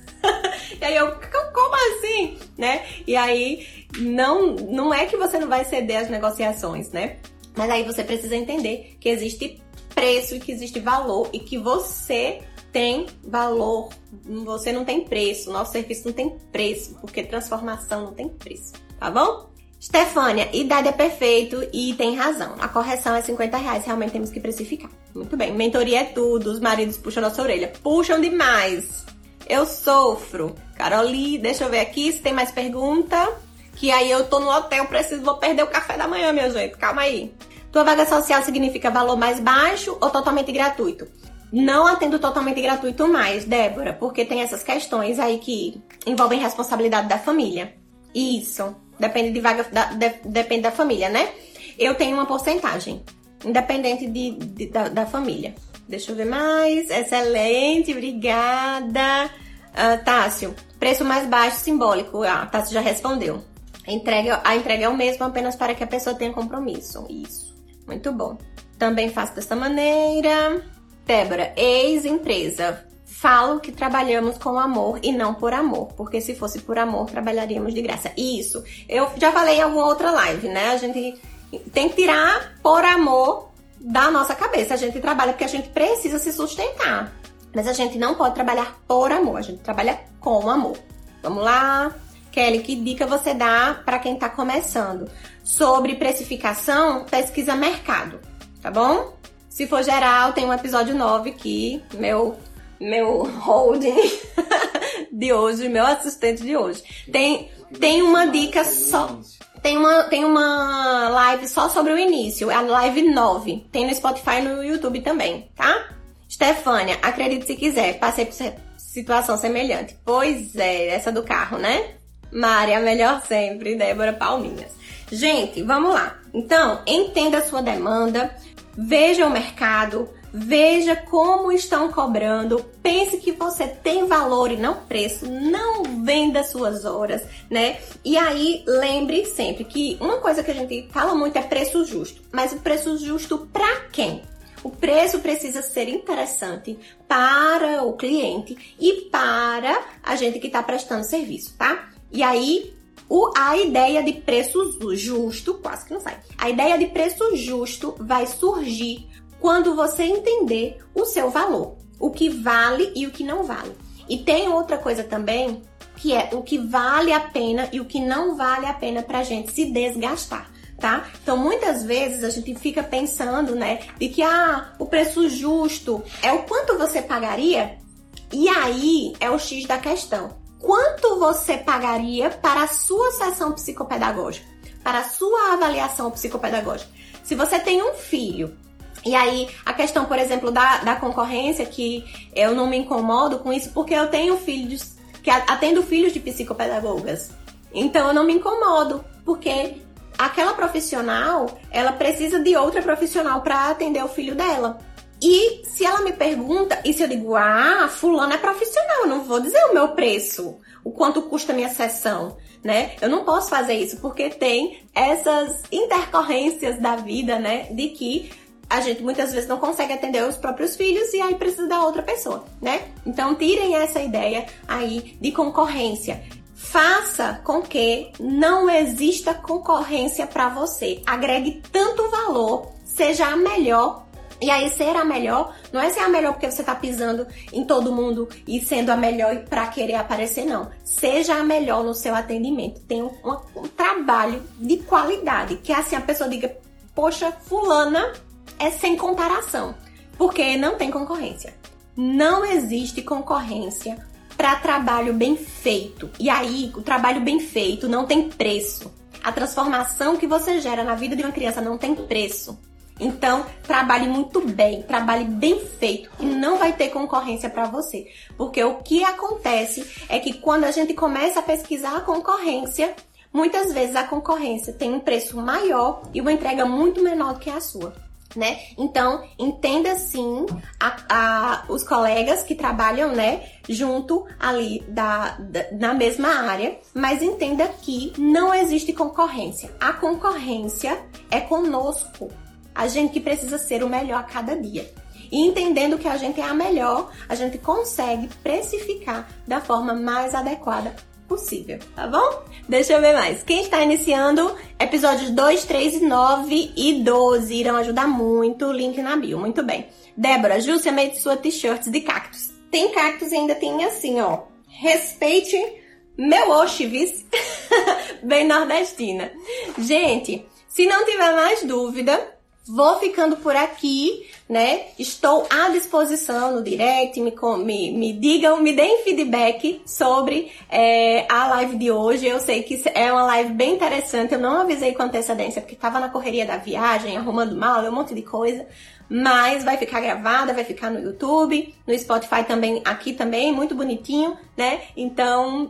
E aí eu, como assim? Né? E aí, não, não é que você não vai ceder às negociações, né? Mas aí você precisa entender que existe preço e que existe valor e que você tem valor, você não tem preço, nosso serviço não tem preço, porque transformação não tem preço, tá bom? Estefânia, idade é perfeito e tem razão. A correção é cinquenta reais, realmente temos que precificar. Muito bem, mentoria é tudo, os maridos puxam nossa orelha. Puxam demais. Eu sofro. Caroli, deixa eu ver aqui se tem mais pergunta. Que aí eu tô no hotel, preciso, vou perder o café da manhã, minha gente. Calma aí. Tua vaga social significa valor mais baixo ou totalmente gratuito? Não atendo totalmente gratuito mais, Débora, porque tem essas questões aí que envolvem responsabilidade da família. Isso. Depende de vaga, da, de, depende da família, né? Eu tenho uma porcentagem. independente de, de, da, da família. Deixa eu ver mais. Excelente, obrigada. Uh, Tássio, preço mais baixo simbólico. Ah, Tássio já respondeu. A entrega, a entrega é o mesmo, apenas para que a pessoa tenha compromisso. Isso, muito bom. Também faço dessa maneira. Débora, ex-empresa. Falo que trabalhamos com amor e não por amor, porque se fosse por amor, trabalharíamos de graça. Isso, eu já falei em alguma outra live, né? A gente tem que tirar por amor da nossa cabeça. A gente trabalha porque a gente precisa se sustentar, mas a gente não pode trabalhar por amor, a gente trabalha com amor. Vamos lá, Kelly, que dica você dá para quem tá começando? Sobre precificação, pesquisa mercado, tá bom? Se for geral, tem um episódio nove que meu... meu holding de hoje, meu assistente de hoje. Tem, tem uma dica só, tem uma, tem uma live só sobre o início, a live nove. Tem no Spotify e no YouTube também, tá? Stefânia, acredite se quiser, passei por situação semelhante. Pois é, essa do carro, né? Mária, melhor sempre, Débora Palminhas. Gente, vamos lá. Então, entenda a sua demanda, veja o mercado, veja como estão cobrando, pense que você tem valor e não preço, não venda suas horas, né? E aí, lembre sempre que uma coisa que a gente fala muito é preço justo, mas o preço justo para quem? O preço precisa ser interessante para o cliente e para a gente que está prestando serviço, tá? E aí, o, a ideia de preço justo, quase que não sai, a ideia de preço justo vai surgir quando você entender o seu valor, o que vale e o que não vale. E tem outra coisa também, que é o que vale a pena e o que não vale a pena pra gente se desgastar, tá? Então, muitas vezes a gente fica pensando, né, de que, ah, o preço justo é o quanto você pagaria, e aí é o X da questão. Quanto você pagaria para a sua sessão psicopedagógica, para a sua avaliação psicopedagógica? Se você tem um filho, e aí, a questão, por exemplo, da, da concorrência, que eu não me incomodo com isso, porque eu tenho filhos, que atendo filhos de psicopedagogas. Então, eu não me incomodo, porque aquela profissional, ela precisa de outra profissional para atender o filho dela. E se ela me pergunta, e se eu digo, ah, fulano é profissional, eu não vou dizer o meu preço, o quanto custa a minha sessão, né? Eu não posso fazer isso, porque tem essas intercorrências da vida, né, de que a gente muitas vezes não consegue atender os próprios filhos e aí precisa da outra pessoa, né? Então, tirem essa ideia aí de concorrência. Faça com que não exista concorrência para você. Agregue tanto valor, seja a melhor. E aí, ser a melhor, não é ser a melhor porque você tá pisando em todo mundo e sendo a melhor pra querer aparecer, não. Seja a melhor no seu atendimento. Tenha um, um trabalho de qualidade, que assim a pessoa diga, poxa, fulana é sem comparação, porque não tem concorrência. Não existe concorrência para trabalho bem feito. E aí, o trabalho bem feito não tem preço. A transformação que você gera na vida de uma criança não tem preço. Então, trabalhe muito bem, trabalhe bem feito e não vai ter concorrência para você. Porque o que acontece é que quando a gente começa a pesquisar a concorrência, muitas vezes a concorrência tem um preço maior e uma entrega muito menor do que a sua, né? Então, entenda sim a, a, os colegas que trabalham, né, junto ali da, da, na mesma área, mas entenda que não existe concorrência. A concorrência é conosco. A gente que precisa ser o melhor a cada dia. E entendendo que a gente é a melhor, a gente consegue precificar da forma mais adequada possível, tá bom? Deixa eu ver mais. Quem está iniciando, episódios dois, três, nove e doze irão ajudar muito, link na bio, muito bem. Débora, Júcia made sua t-shirts de cactos. Tem cactos e ainda tem assim, ó, respeite meu oxivis, bem nordestina. Gente, se não tiver mais dúvida, vou ficando por aqui, né? Estou à disposição no direct, me, me, me digam, me deem feedback sobre é, a live de hoje. Eu sei que é uma live bem interessante, eu não avisei com antecedência, porque estava na correria da viagem, arrumando mala, um monte de coisa. Mas vai ficar gravada, vai ficar no YouTube, no Spotify também, aqui também, muito bonitinho, né? Então,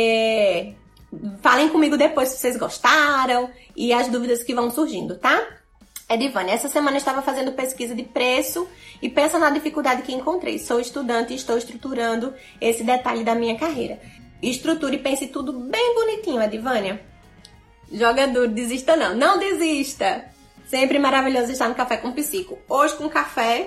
é, falem comigo depois se vocês gostaram e as dúvidas que vão surgindo, tá? Edivânia, essa semana eu estava fazendo pesquisa de preço e pensa na dificuldade que encontrei. Sou estudante e estou estruturando esse detalhe da minha carreira. Estruture e pense tudo bem bonitinho, Edivânia. Joga duro, desista não. Não desista! Sempre maravilhoso estar no Café com Psico. Hoje com café...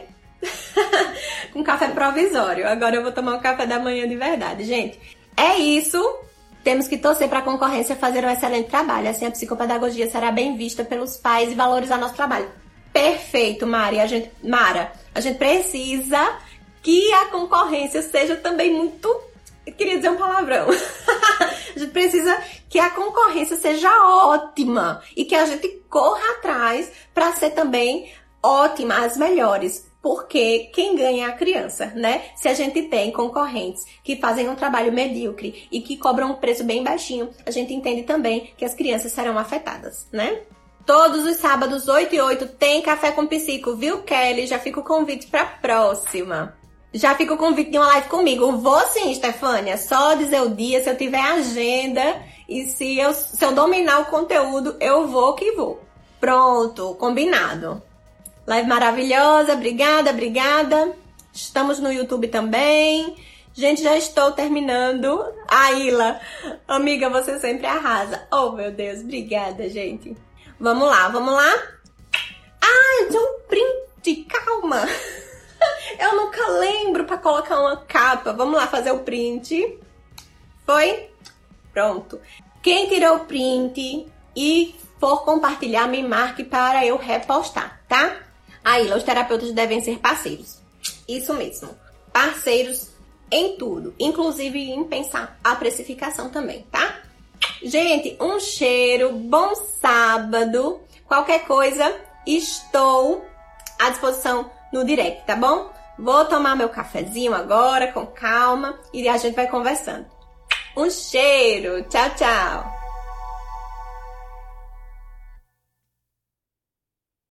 com café provisório. Agora eu vou tomar um café da manhã de verdade. Gente, é isso. Temos que torcer para a concorrência fazer um excelente trabalho. Assim a psicopedagogia será bem vista pelos pais e valorizar nosso trabalho. Perfeito, Mari. A gente, Mara. A gente precisa que a concorrência seja também muito... Eu queria dizer um palavrão. A gente precisa que a concorrência seja ótima e que a gente corra atrás para ser também ótima, as melhores. Porque quem ganha é a criança, né? Se a gente tem concorrentes que fazem um trabalho medíocre e que cobram um preço bem baixinho, a gente entende também que as crianças serão afetadas, né? Todos os sábados, oito e oito, tem Café com Psico, viu, Kelly? Já fica o convite pra próxima. Já fica o convite de uma live comigo. Vou sim, Stefânia. Só dizer o dia, se eu tiver agenda e se eu, se eu dominar o conteúdo, eu vou que vou. Pronto, combinado. Live maravilhosa, obrigada, obrigada. Estamos no YouTube também. Gente, já estou terminando. A Ila, amiga, você sempre arrasa. Oh, meu Deus, obrigada, gente. Vamos lá, vamos lá. Ah, eu tenho um print, calma. Eu nunca lembro para colocar uma capa. Vamos lá fazer o print. Foi? Pronto. Quem tirou o print e for compartilhar, me marque para eu repostar, tá? Aí, os terapeutas devem ser parceiros. Isso mesmo. Parceiros em tudo. Inclusive em pensar a precificação também, tá? Gente, um cheiro. Bom sábado. Qualquer coisa, estou à disposição no direct, tá bom? Vou tomar meu cafezinho agora, com calma. E a gente vai conversando. Um cheiro. Tchau, tchau.